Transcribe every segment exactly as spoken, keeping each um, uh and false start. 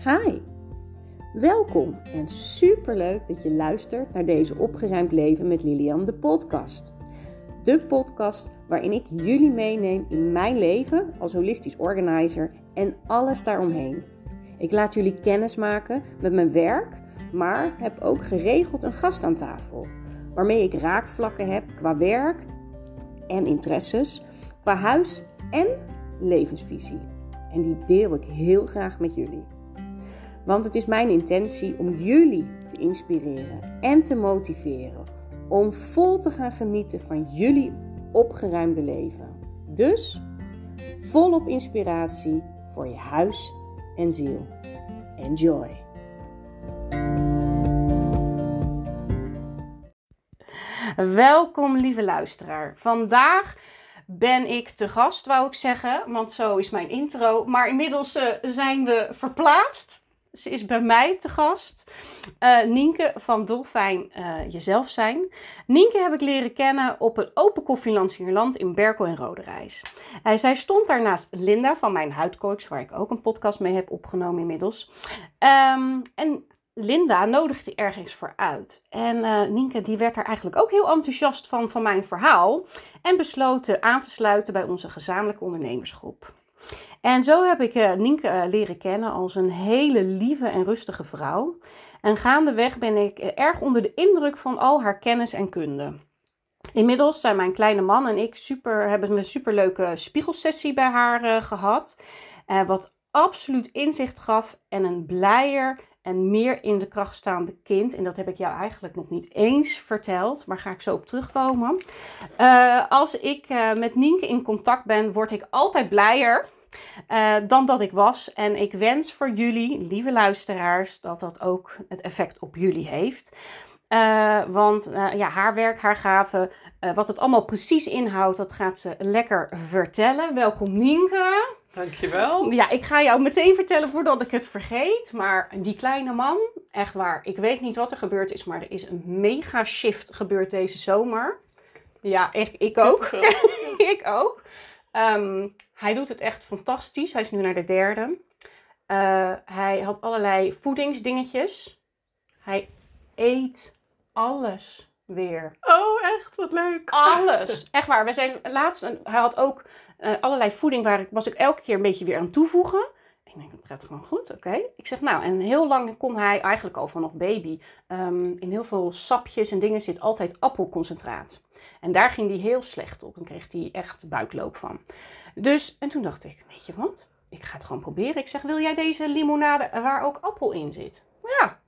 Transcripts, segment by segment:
Hi, welkom en superleuk dat je luistert naar deze Opgeruimd Leven met Lilian, de podcast. De podcast waarin ik jullie meeneem in mijn leven als holistisch organizer en alles daaromheen. Ik laat jullie kennis maken met mijn werk, maar heb ook geregeld een gast aan tafel, waarmee ik raakvlakken heb qua werk en interesses, qua huis en levensvisie. En die deel ik heel graag met jullie. Want het is mijn intentie om jullie te inspireren en te motiveren om vol te gaan genieten van jullie opgeruimde leven. Dus volop inspiratie voor je huis en ziel. Enjoy! Welkom lieve luisteraar. Vandaag ben ik te gast, wou ik zeggen, want zo is mijn intro. Maar inmiddels uh, zijn we verplaatst. Ze is bij mij te gast. Uh, Nienke van Dolfijn uh, Jezelf Zijn. Nienke heb ik leren kennen op een open koffieland in Berkel en Roderijs. Uh, zij stond daar naast Linda van mijn huidcoach, waar ik ook een podcast mee heb opgenomen inmiddels. Um, en Linda nodigde ergens voor uit. En uh, Nienke die werd er eigenlijk ook heel enthousiast van, van mijn verhaal. En besloot uh, aan te sluiten bij onze gezamenlijke ondernemersgroep. En zo heb ik uh, Nienke uh, leren kennen als een hele lieve en rustige vrouw. En gaandeweg ben ik uh, erg onder de indruk van al haar kennis en kunde. Inmiddels zijn mijn kleine man en ik super, hebben we een superleuke spiegelsessie bij haar uh, gehad. Uh, wat absoluut inzicht gaf en een blijer en meer in de kracht staande kind. En dat heb ik jou eigenlijk nog niet eens verteld, maar ga ik zo op terugkomen. Uh, als ik uh, met Nienke in contact ben, word ik altijd blijer Uh, dan dat ik was. En ik wens voor jullie, lieve luisteraars, dat dat ook het effect op jullie heeft. Uh, want uh, ja, haar werk, haar gaven, uh, wat het allemaal precies inhoudt, dat gaat ze lekker vertellen. Welkom Nienke. Dankjewel. Ja, ik ga jou meteen vertellen voordat ik het vergeet. Maar die kleine man, echt waar, ik weet niet wat er gebeurd is, maar er is een mega shift gebeurd deze zomer. Ja, echt, ik ook. ik ook. Um, hij doet het echt fantastisch. Hij is nu naar de derde. Uh, hij had allerlei voedingsdingetjes. Hij eet alles weer. Oh, echt? Wat leuk. Alles. Echt waar. We zijn laatst, hij had ook uh, allerlei voeding waar ik, was ik elke keer een beetje weer aan toevoegen. Ik denk, dat gaat gewoon goed, oké. Okay. Ik zeg, nou, en heel lang kon hij eigenlijk al vanaf baby. Um, in heel veel sapjes en dingen zit altijd appelconcentraat. En daar ging hij heel slecht op en kreeg hij echt buikloop van. Dus, en toen dacht ik, weet je wat? Ik ga het gewoon proberen. Ik zeg, wil jij deze limonade waar ook appel in zit? Ja.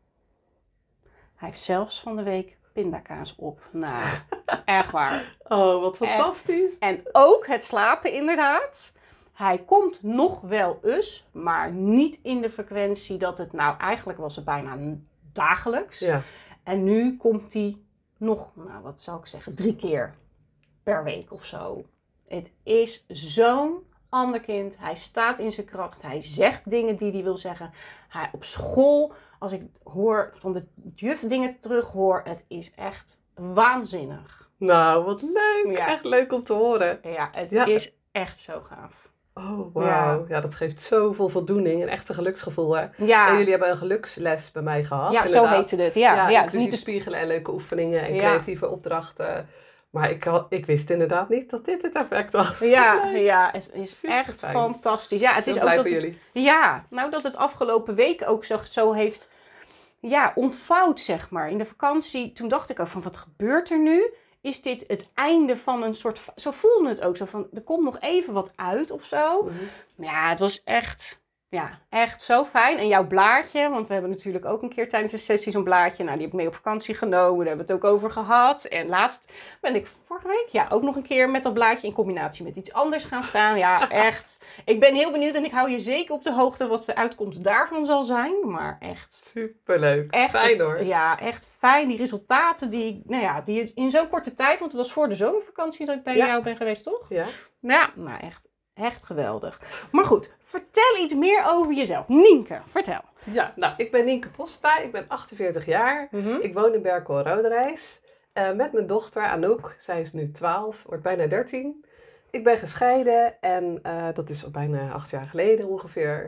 Hij heeft zelfs van de week pindakaas op. Nou, echt waar. Oh, wat fantastisch. En, en ook het slapen inderdaad. Hij komt nog wel eens, maar niet in de frequentie dat het, nou eigenlijk was het bijna dagelijks. Ja. En nu komt hij nog, nou wat zou ik zeggen, drie keer per week of zo. Het is zo'n ander kind. Hij staat in zijn kracht. Hij zegt dingen die hij wil zeggen. Hij op school, als ik hoor van de juf dingen terug hoor, het is echt waanzinnig. Nou, wat leuk. Ja. Echt leuk om te horen. Ja, het Ja. is echt zo gaaf. Oh, wauw. Ja. ja, dat geeft zoveel voldoening. Een echte geluksgevoel, hè? Ja. En jullie hebben een geluksles bij mij gehad. Ja, inderdaad. zo heette het. Ja, ja, ja inclusief niet te spiegelen en leuke oefeningen en Ja. creatieve opdrachten. Maar ik, had, ik wist inderdaad niet dat dit het effect was. Ja, ja, het is Super echt fijn. fantastisch. Ja, het Heel is blij ook voor dat jullie. het, ja, nou dat het afgelopen week ook zo, zo heeft ja, ontvouwd, zeg maar. In de vakantie, toen dacht ik ook van, wat gebeurt er nu? Is dit het einde van een soort, zo voelde het ook, zo van, er komt nog even wat uit of zo. Mm-hmm. Ja, het was echt, ja, echt zo fijn. En jouw blaadje, want we hebben natuurlijk ook een keer tijdens de sessie zo'n blaadje. Nou, die heb ik mee op vakantie genomen, daar hebben we het ook over gehad. En laatst ben ik vorige week, ja, ook nog een keer met dat blaadje in combinatie met iets anders gaan staan. Ja, echt. Ik ben heel benieuwd en ik hou je zeker op de hoogte wat de uitkomst daarvan zal zijn. Maar echt. Superleuk. Echt, Fijn hoor. Ja, echt fijn. Die resultaten die, nou ja, die in zo'n korte tijd, want het was voor de zomervakantie dat ik bij Ja. jou ben geweest, toch? Ja. Ja, nou echt. Echt geweldig. Maar goed, vertel iets meer over jezelf. Nienke, vertel. Ja, nou, ik ben Nienke Postma. Ik ben achtenveertig jaar. Mm-hmm. Ik woon in Berkel en Roderijs. Uh, met mijn dochter Anouk. Zij is nu twaalf, wordt bijna dertien. Ik ben gescheiden en uh, dat is al bijna acht jaar geleden ongeveer.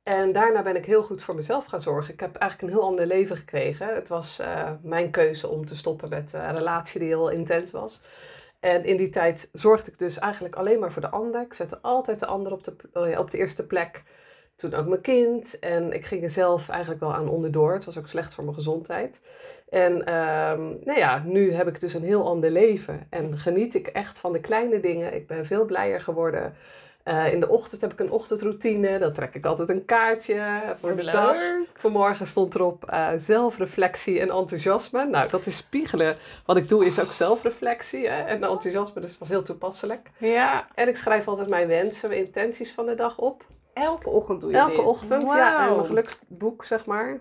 En daarna ben ik heel goed voor mezelf gaan zorgen. Ik heb eigenlijk een heel ander leven gekregen. Het was uh, mijn keuze om te stoppen met uh, een relatie die heel intens was. En in die tijd zorgde ik dus eigenlijk alleen maar voor de ander. Ik zette altijd de ander op de, uh, op de eerste plek. Toen ook mijn kind. En ik ging er zelf eigenlijk wel aan onderdoor. Het was ook slecht voor mijn gezondheid. En um, nou ja, nu heb ik dus een heel ander leven. En geniet ik echt van de kleine dingen. Ik ben veel blijer geworden. Uh, in de ochtend heb ik een ochtendroutine. Dan trek ik altijd een kaartje voor de Leuk. dag. Vanmorgen stond erop uh, zelfreflectie en enthousiasme. Nou, dat is spiegelen. Wat ik doe is ook zelfreflectie. Hè? En enthousiasme, dus dat was heel toepasselijk. Ja. En ik schrijf altijd mijn wensen, mijn intenties van de dag op. Elke ochtend doe je Elke dit? ochtend, Wow. ja. En mijn geluksboek, zeg maar.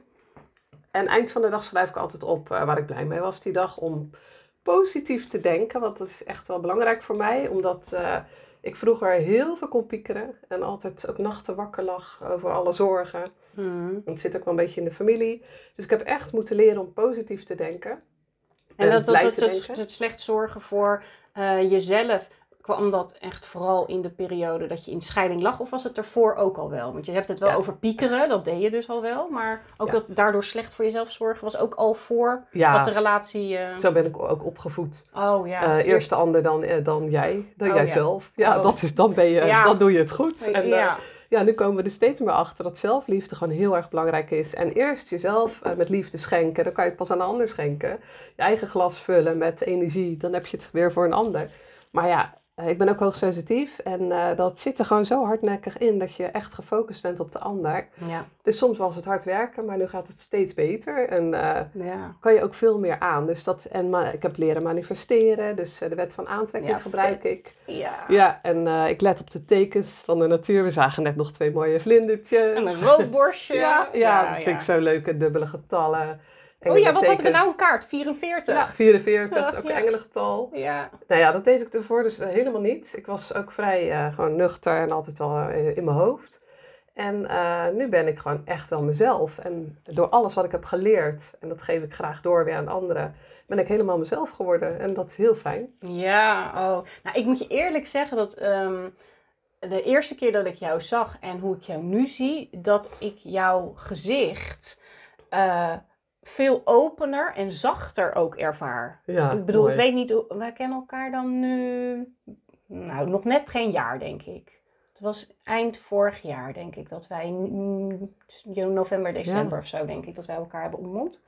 En eind van de dag schrijf ik altijd op uh, waar ik blij mee was die dag. Om positief te denken, want dat is echt wel belangrijk voor mij. Omdat uh, ik vroeger heel veel kon piekeren. En altijd ook nachten wakker lag over alle zorgen. Hmm. Het zit ook wel een beetje in de familie. Dus ik heb echt moeten leren om positief te denken. En, En dat, blij dat, te dat, denken. dat, dat slecht zorgen voor uh, jezelf, kwam dat echt vooral in de periode dat je in scheiding lag? Of was het ervoor ook al wel? Want je hebt het wel Ja. over piekeren, dat deed je dus al wel. Maar ook Ja. dat daardoor slecht voor jezelf zorgen was ook al voor Ja. dat de relatie... Uh... Zo ben ik ook opgevoed. Oh ja. Uh, eerst de ander dan, uh, dan jij, dan Oh, jijzelf. Ja, ja oh. dat is, dan, ben je, Ja. dan doe je het goed. En, uh, ja. ja, nu komen we er steeds meer achter dat zelfliefde gewoon heel erg belangrijk is. En eerst jezelf uh, met liefde schenken, dan kan je het pas aan een ander schenken. Je eigen glas vullen met energie, dan heb je het weer voor een ander. Maar ja, uh, ik ben ook hoogsensitief en uh, dat zit er gewoon zo hardnekkig in dat je echt gefocust bent op de ander. Ja. Dus soms was het hard werken, maar nu gaat het steeds beter en uh, ja. kan je ook veel meer aan. Dus dat, en ma- ik heb leren manifesteren, dus uh, de wet van aantrekking Ja, gebruik vet. ik. Ja. Ja, en uh, ik let op de tekens van de natuur. We zagen net nog twee mooie vlindertjes. En een roodborstje. ja, ja, ja, dat vind ja. ik zo leuk. En dubbele getallen. Oh ja, wat tekens. hadden we nou een kaart? vierenveertig. Ja, vierenveertig, dat is ook Ja. een engelengetal. Ja. Nou ja, dat deed ik ervoor dus uh, helemaal niet. Ik was ook vrij uh, gewoon nuchter en altijd wel uh, in mijn hoofd. En uh, nu ben ik gewoon echt wel mezelf. En door alles wat ik heb geleerd, en dat geef ik graag door weer aan anderen, ben ik helemaal mezelf geworden. En dat is heel fijn. Ja, oh. Nou, ik moet je eerlijk zeggen dat um, de eerste keer dat ik jou zag en hoe ik jou nu zie, dat ik jouw gezicht uh, veel opener en zachter ook ervaar. Ja, ik bedoel, mooi. ik weet niet, hoe, wij kennen elkaar dan nu, nou, nog net geen jaar, denk ik. Het was eind vorig jaar, denk ik, dat wij, mm, november, december Ja. of zo, denk ik, dat wij elkaar hebben ontmoet.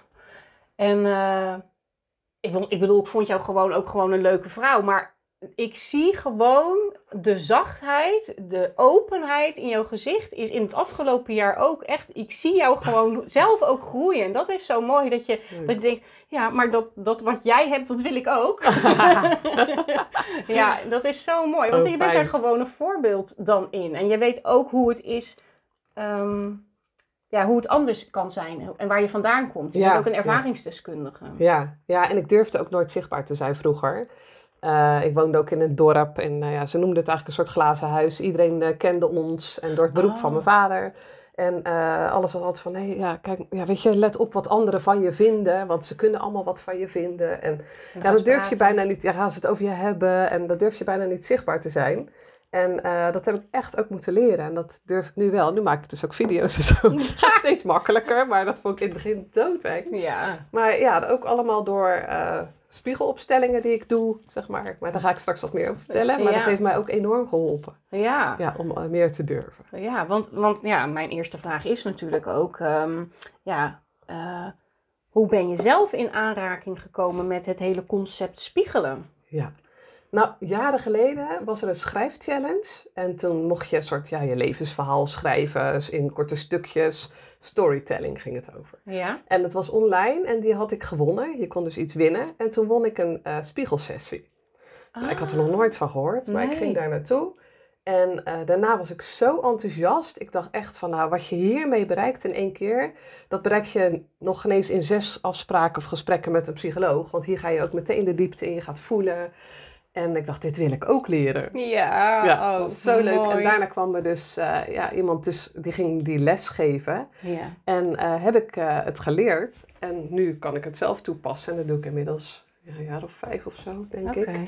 En uh, ik, ik bedoel, ik vond jou gewoon ook gewoon een leuke vrouw, maar ik zie gewoon de zachtheid, de openheid in jouw gezicht is in het afgelopen jaar ook echt, ik zie jou gewoon zelf ook groeien. En dat is zo mooi dat je, dat je denkt, ja, maar dat, dat wat jij hebt, dat wil ik ook. Ja, dat is zo mooi, want Oh, je bent fijn. daar gewoon een voorbeeld dan in. En je weet ook hoe het is, um, ja, hoe het anders kan zijn en waar je vandaan komt. Je Ja, bent ook een ja. ervaringsdeskundige. Ja, ja, en ik durfde ook nooit zichtbaar te zijn vroeger. Uh, ik woonde ook in een dorp en uh, ja, ze noemden het eigenlijk een soort glazen huis. Iedereen uh, kende ons en door het beroep Oh. van mijn vader. En uh, alles was altijd van, hé, hey, ja, kijk, ja, weet je, let op wat anderen van je vinden. Want ze kunnen allemaal wat van je vinden. En En ja, dat durf je praten. bijna niet, ja, gaan ze het over je hebben. En dat durf je bijna niet zichtbaar te zijn. En uh, dat heb ik echt ook moeten leren. En dat durf ik nu wel. Nu maak ik dus ook video's en zo. Het gaat steeds makkelijker, maar dat vond ik in het begin doodeng. Ja. Maar ja, ook allemaal door uh, spiegelopstellingen die ik doe, zeg maar. Maar daar ga ik straks wat meer over vertellen. Maar Ja. dat heeft mij ook enorm geholpen. Ja. Ja, om uh, meer te durven. Ja, want, want ja, mijn eerste vraag is natuurlijk ook, um, ja, uh, hoe ben je zelf in aanraking gekomen met het hele concept spiegelen? Ja. Nou, jaren geleden was er een schrijfchallenge. En toen mocht je een soort, ja, je levensverhaal schrijven in korte stukjes. Storytelling ging het over. Ja. En het was online en die had ik gewonnen. Je kon dus iets winnen. En toen won ik een uh, spiegelsessie. Ah. Nou, ik had er nog nooit van gehoord, maar Nee. ik ging daar naartoe. En uh, daarna was ik zo enthousiast. Ik dacht echt van, nou, wat je hiermee bereikt in één keer, dat bereik je nog geen eens in zes afspraken of gesprekken met een psycholoog. Want hier ga je ook meteen de diepte in, je gaat voelen. En ik dacht, dit wil ik ook leren. Ja, Ja, oh, dat was zo leuk. mooi. En daarna kwam er dus uh, ja, iemand dus, die ging die les geven. Ja. En uh, heb ik uh, het geleerd. En nu kan ik het zelf toepassen. En dat doe ik inmiddels ja, een jaar of vijf of zo, denk Oké. ik.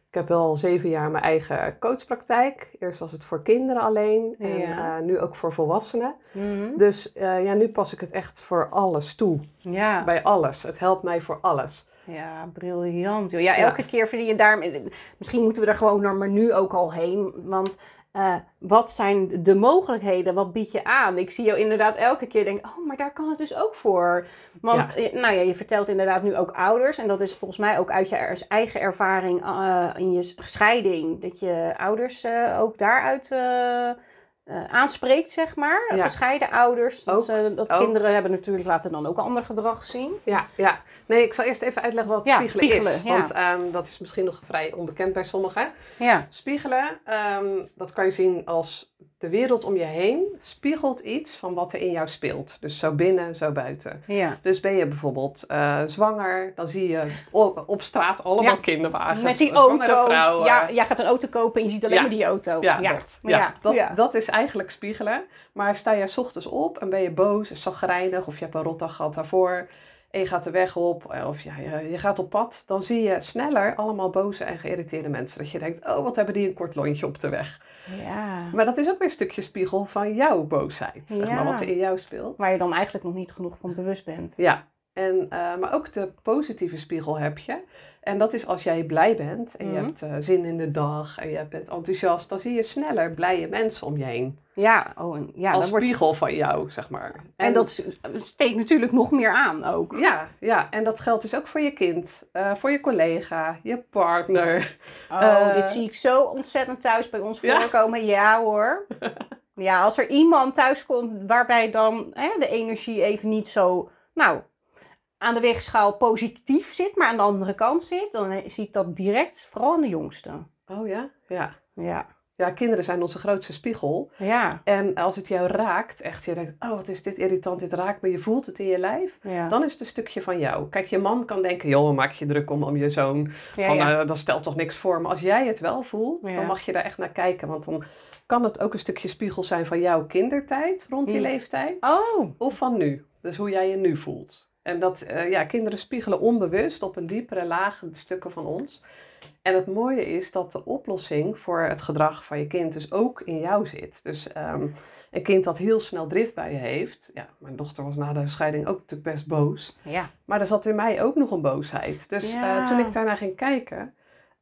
Ik heb wel zeven jaar mijn eigen coachpraktijk. Eerst was het voor kinderen alleen en Ja. uh, nu ook voor volwassenen. Mm-hmm. Dus uh, ja, nu pas ik het echt voor alles toe. Ja. Bij alles. Het helpt mij voor alles. Ja, briljant. Ja, elke ja. keer verdien je daar... Misschien moeten we er gewoon naar maar nu ook al heen. Want uh, wat zijn de mogelijkheden? Wat bied je aan? Ik zie jou inderdaad elke keer denken... Oh, maar daar kan het dus ook voor. Want ja. nou ja, je vertelt inderdaad nu ook ouders. En dat is volgens mij ook uit je eigen ervaring uh, in je scheiding. Dat je ouders uh, ook daaruit... Uh, Uh, aanspreekt, zeg maar. Ja. Gescheiden ouders. Dat, uh, dat kinderen hebben natuurlijk later dan ook een ander gedrag zien. Ja, ja. Nee, ik zal eerst even uitleggen wat ja, spiegelen, spiegelen is. Ja. Want um, dat is misschien nog vrij onbekend bij sommigen. Ja. Spiegelen, um, dat kan je zien als de wereld om je heen spiegelt iets van wat er in jou speelt. Dus zo binnen, zo buiten. Ja. Dus ben je bijvoorbeeld uh, zwanger, dan zie je op, op straat allemaal ja. kinderwagens. Met die auto. Vrouw, ja, jij gaat een auto kopen en je ziet alleen ja. maar die auto. Ja, ja. Dat, ja. Ja. Dat, ja. dat is eigenlijk spiegelen. Maar sta je 's ochtends op en ben je boos, chagrijnig of je hebt een rotdag gehad daarvoor... en je gaat de weg op of ja, je gaat op pad... dan zie je sneller allemaal boze en geïrriteerde mensen. Dat je denkt, oh, wat hebben die een kort lontje op de weg. Ja. Maar dat is ook weer een stukje spiegel van jouw boosheid. Zeg ja. maar, wat er in jou speelt. Waar je dan eigenlijk nog niet genoeg van bewust bent. Ja, en, uh, maar ook de positieve spiegel heb je. En dat is als jij blij bent en je mm. hebt uh, zin in de dag en je bent enthousiast... dan zie je sneller blije mensen om je heen. Ja, oh, en, ja als spiegel wordt... van jou, zeg maar. En, en dat steekt natuurlijk nog meer aan ook. Ja, ja, en dat geldt dus ook voor je kind, uh, voor je collega, je partner. Oh, uh, dit zie ik zo ontzettend thuis bij ons voorkomen. Ja, ja hoor. Ja, als er iemand thuis komt waarbij dan hè, de energie even niet zo... nou. aan de weegschaal positief zit, maar aan de andere kant zit, dan zie ik dat direct, vooral aan de jongste. Oh ja? Ja. Ja. Ja, kinderen zijn onze grootste spiegel. Ja. En als het jou raakt, echt, je denkt, oh, wat is dit irritant, dit raakt me, je voelt het in je lijf, ja. dan is het een stukje van jou. Kijk, je man kan denken, joh, maak je druk om, om je zoon, ja, van, ja. Uh, dat stelt toch niks voor. Maar als jij het wel voelt, ja. dan mag je daar echt naar kijken, want dan kan het ook een stukje spiegel zijn van jouw kindertijd, rond die ja. leeftijd, oh. of van nu. Dus hoe jij je nu voelt. En dat, uh, ja, kinderen spiegelen onbewust op een diepere laag stukken van ons. En het mooie is dat de oplossing voor het gedrag van je kind dus ook in jou zit. Dus um, een kind dat heel snel driftbuien heeft. Ja, mijn dochter was na de scheiding ook natuurlijk best boos. Ja. Maar er zat in mij ook nog een boosheid. Dus ja. uh, toen ik daarnaar ging kijken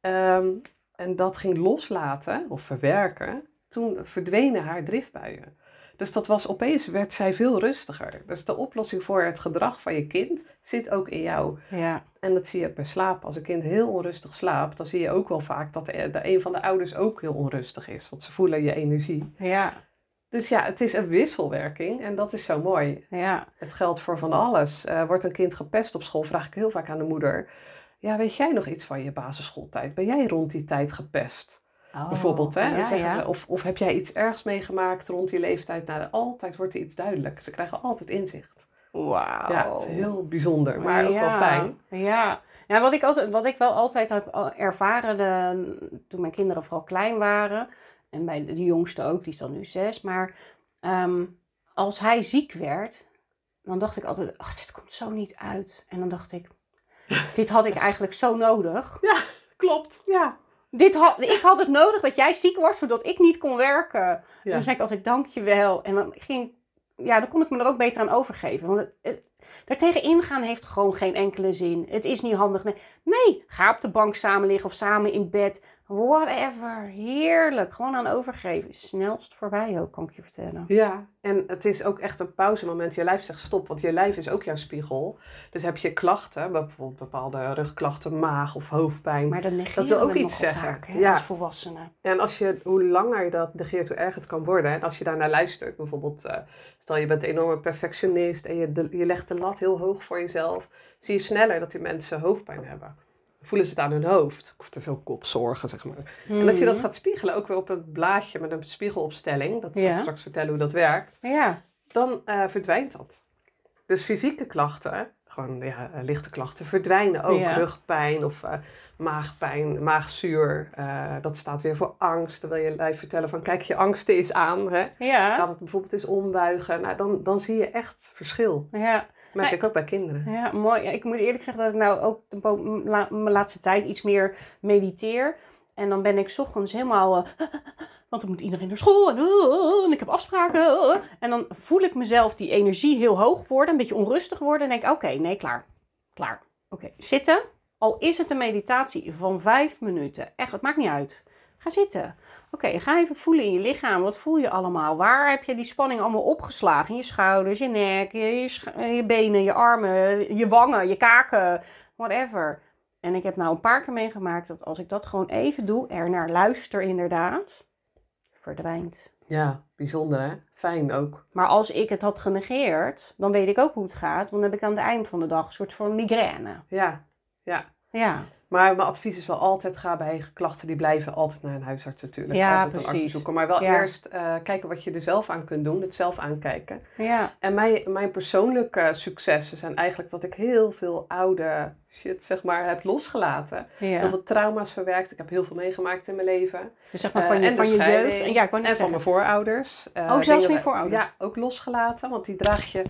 um, en dat ging loslaten of verwerken, toen verdwenen haar driftbuien. Dus dat was opeens, werd zij veel rustiger. Dus de oplossing voor het gedrag van je kind zit ook in jou. Ja. En dat zie je bij slaap. Als een kind heel onrustig slaapt, dan zie je ook wel vaak dat de, de een van de ouders ook heel onrustig is. Want ze voelen je energie. Ja. Dus ja, het is een wisselwerking en dat is zo mooi. Ja. Het geldt voor van alles. Uh, wordt een kind gepest op school, vraag ik heel vaak aan de moeder. Ja, weet jij nog iets van je basisschooltijd? Ben jij rond die tijd gepest? Oh, bijvoorbeeld, hè? Ja, zeggen ja. ze, of, of heb jij iets ergs meegemaakt rond die leeftijd? Nou, altijd wordt er iets duidelijk. Ze krijgen altijd inzicht. Wauw. Ja, het is heel bijzonder, maar ook ja. wel fijn. Ja, ja wat, ik altijd, wat ik wel altijd heb ervaren de, toen mijn kinderen vooral klein waren... en bij de jongste ook, die is dan nu zes... maar um, als hij ziek werd, dan dacht ik altijd... oh, dit komt zo niet uit. En dan dacht ik, dit had ik eigenlijk zo nodig. Ja, klopt. Ja. Dit had, ik had het nodig dat jij ziek wordt, zodat ik niet kon werken. Ja. Dan zei ik altijd dankjewel. En dan ging, ja, dan kon ik me er ook beter aan overgeven. Want het, het, daartegen ingaan heeft gewoon geen enkele zin. Het is niet handig. Nee, nee, ga op de bank samen liggen of samen in bed. Whatever. Heerlijk. Gewoon aan overgeven. Snelst voorbij ook, kan ik je vertellen. Ja, en het is ook echt een pauzemoment. Je lijf zegt stop, want je lijf is ook jouw spiegel. Dus heb je klachten, bijvoorbeeld bepaalde rugklachten, maag of hoofdpijn. Maar dan dat wil ook iets zeggen. Vaak, hè, ja. als volwassene. En als je, hoe langer je dat negeert, hoe erger het kan worden. En als je daarnaar luistert, bijvoorbeeld, uh, stel je bent een enorme perfectionist en je, de, je legt de lat heel hoog voor jezelf, zie je sneller dat die mensen hoofdpijn hebben. Voelen ze het aan hun hoofd. Of te veel kopzorgen, zeg maar. Mm-hmm. En als je dat gaat spiegelen, ook weer op een blaadje met een spiegelopstelling, dat zal ik ja. straks vertellen hoe dat werkt, ja. dan uh, verdwijnt dat. Dus fysieke klachten, gewoon ja, lichte klachten, verdwijnen ook. Ja. Rugpijn of uh, maagpijn, maagzuur. Uh, dat staat weer voor angst. Dan wil je lijf vertellen van, kijk, je angsten is aan. Hè? Ja. Gaat het bijvoorbeeld eens ombuigen. Nou, dan, dan zie je echt verschil. Ja. Merk ik ook bij kinderen. Ja, mooi. Ik moet eerlijk zeggen dat ik nou ook de la- mijn laatste tijd iets meer mediteer. En dan ben ik 's ochtends helemaal... Uh, want dan moet iedereen naar school. En, uh, en ik heb afspraken. Uh, en dan voel ik mezelf die energie heel hoog worden. Een beetje onrustig worden. En denk ik, oké, okay, nee, klaar. Klaar. Oké, okay, zitten. Al is het een meditatie van vijf minuten. Echt, het maakt niet uit. Ga zitten. Oké, okay, ga even voelen in je lichaam. Wat voel je allemaal? Waar heb je die spanning allemaal opgeslagen? In je schouders, je nek, je, je, sch- je benen, je armen, je wangen, je kaken. Whatever. En ik heb nou een paar keer meegemaakt dat als ik dat gewoon even doe, er naar luister inderdaad, verdwijnt. Ja, bijzonder hè? Fijn ook. Maar als ik het had genegeerd, dan weet ik ook hoe het gaat. Dan heb ik aan het eind van de dag een soort van migraine. Ja, ja. Ja. Maar mijn advies is wel altijd, ga bij klachten die blijven altijd naar een huisarts natuurlijk. Ja, altijd precies. een arts zoeken. Maar wel Ja. eerst uh, kijken wat je er zelf aan kunt doen. Het zelf aankijken. Ja. En mijn, mijn persoonlijke successen zijn eigenlijk dat ik heel veel oude shit, zeg maar, heb losgelaten. Ja. Heel veel trauma's verwerkt. Ik heb heel veel meegemaakt in mijn leven. Dus zeg maar van je, uh, en van je jeugd. En, ja, ik wou en net van mijn voorouders. Uh, oh, zelfs van je voorouders? Ja, ook losgelaten. Want die draag je...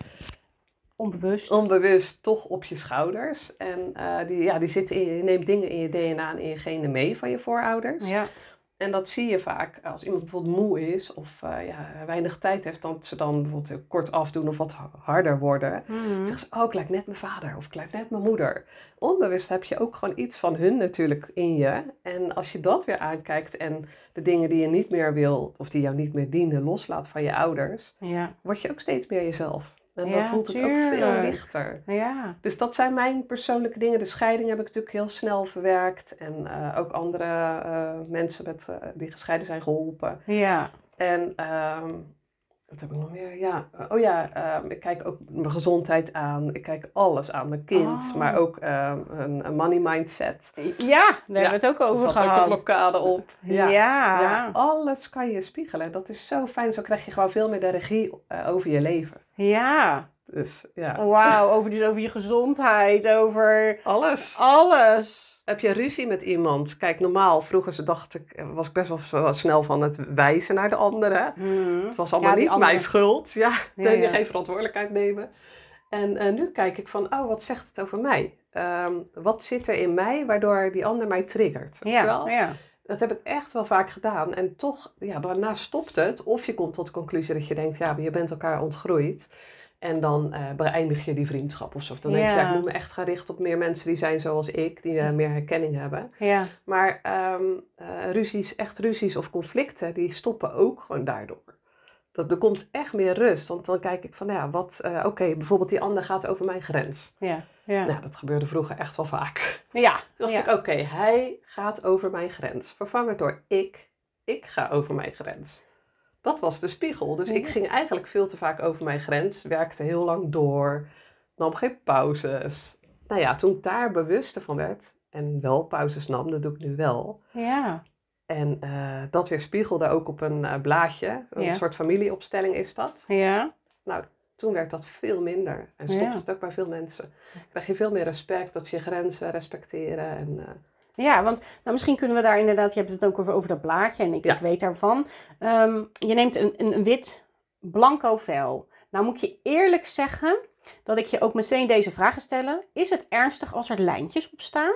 Onbewust. Onbewust toch op je schouders. En uh, die, ja, die zitten in je, je neemt dingen in je D N A en in je genen mee van je voorouders. Ja. En dat zie je vaak als iemand bijvoorbeeld moe is of uh, ja, weinig tijd heeft, dat ze dan bijvoorbeeld kort afdoen of wat harder worden. Mm-hmm. Zeggen ze, oh, ik lijk net mijn vader of ik lijk net mijn moeder. Onbewust heb je ook gewoon iets van hun natuurlijk in je. En als je dat weer aankijkt en de dingen die je niet meer wil of die jou niet meer dienen loslaat van je ouders, Ja. word je ook steeds meer jezelf. En Ja, dan voelt het tuurlijk. ook veel lichter. Ja. Dus dat zijn mijn persoonlijke dingen. De scheiding heb ik natuurlijk heel snel verwerkt. En uh, ook andere uh, mensen met, uh, die gescheiden zijn geholpen. Ja. En um, wat heb ik nog meer? Ja, uh, oh ja, uh, ik kijk ook mijn gezondheid aan. Ik kijk alles aan. Mijn kind, Oh. maar ook uh, een, een money mindset. Ja, daar ja, hebben we het ook over er zat gehad. ook een blokkade op. Ja. Ja. ja. Alles kan je spiegelen. Dat is zo fijn. Zo krijg je gewoon veel meer de regie uh, over je leven. Ja. Dus ja. Wauw, over, dus over je gezondheid, over alles. Alles. Heb je ruzie met iemand? Kijk, normaal, vroeger dacht ik, was ik best wel zo snel van het wijzen naar de anderen. Hmm. Het was allemaal Ja, die niet andere... mijn schuld. Ja, ja, neem je ja. geen verantwoordelijkheid nemen. En uh, nu kijk ik van, oh, wat zegt het over mij? Um, wat zit er in mij waardoor die ander mij triggert? Weet Ja, je wel? ja. Dat heb ik echt wel vaak gedaan. En toch, ja, daarna stopt het. Of je komt tot de conclusie dat je denkt, ja, je bent elkaar ontgroeid. En dan uh, beëindig je die vriendschap of zo. Dan denk je, Ja. ja, ik moet me echt gaan richten op meer mensen die zijn zoals ik. Die uh, meer herkenning hebben. Ja. Maar um, uh, ruzies, echt ruzies of conflicten, die stoppen ook gewoon daardoor. Dat, er komt echt meer rust. Want dan kijk ik van, ja, wat, uh, oké, okay, bijvoorbeeld die ander gaat over mijn grens. Ja. Ja. Nou, dat gebeurde vroeger echt wel vaak. Ja. Toen dacht Ja. ik, oké, okay, hij gaat over mijn grens. Vervangen door ik. Ik ga over mijn grens. Dat was de spiegel. Dus ik ging eigenlijk veel te vaak over mijn grens. Werkte heel lang door. Nam geen pauzes. Nou ja, toen ik daar bewuster van werd. En wel pauzes nam, dat doe ik nu wel. Ja. En uh, dat weer spiegelde ook op een uh, blaadje. Een Ja. soort familieopstelling is dat. Ja. Nou, toen werd dat veel minder. En stopte Ja. het ook bij veel mensen. Krijg je veel meer respect. Dat ze je grenzen respecteren. En, uh, Ja, want nou, misschien kunnen we daar inderdaad, je hebt het ook over, over dat blaadje en ik, Ja. ik weet daarvan. Um, je neemt een, een, een wit blanco vel. Nou moet ik je eerlijk zeggen dat ik je ook meteen deze vragen stellen. Is het ernstig als er lijntjes op staan?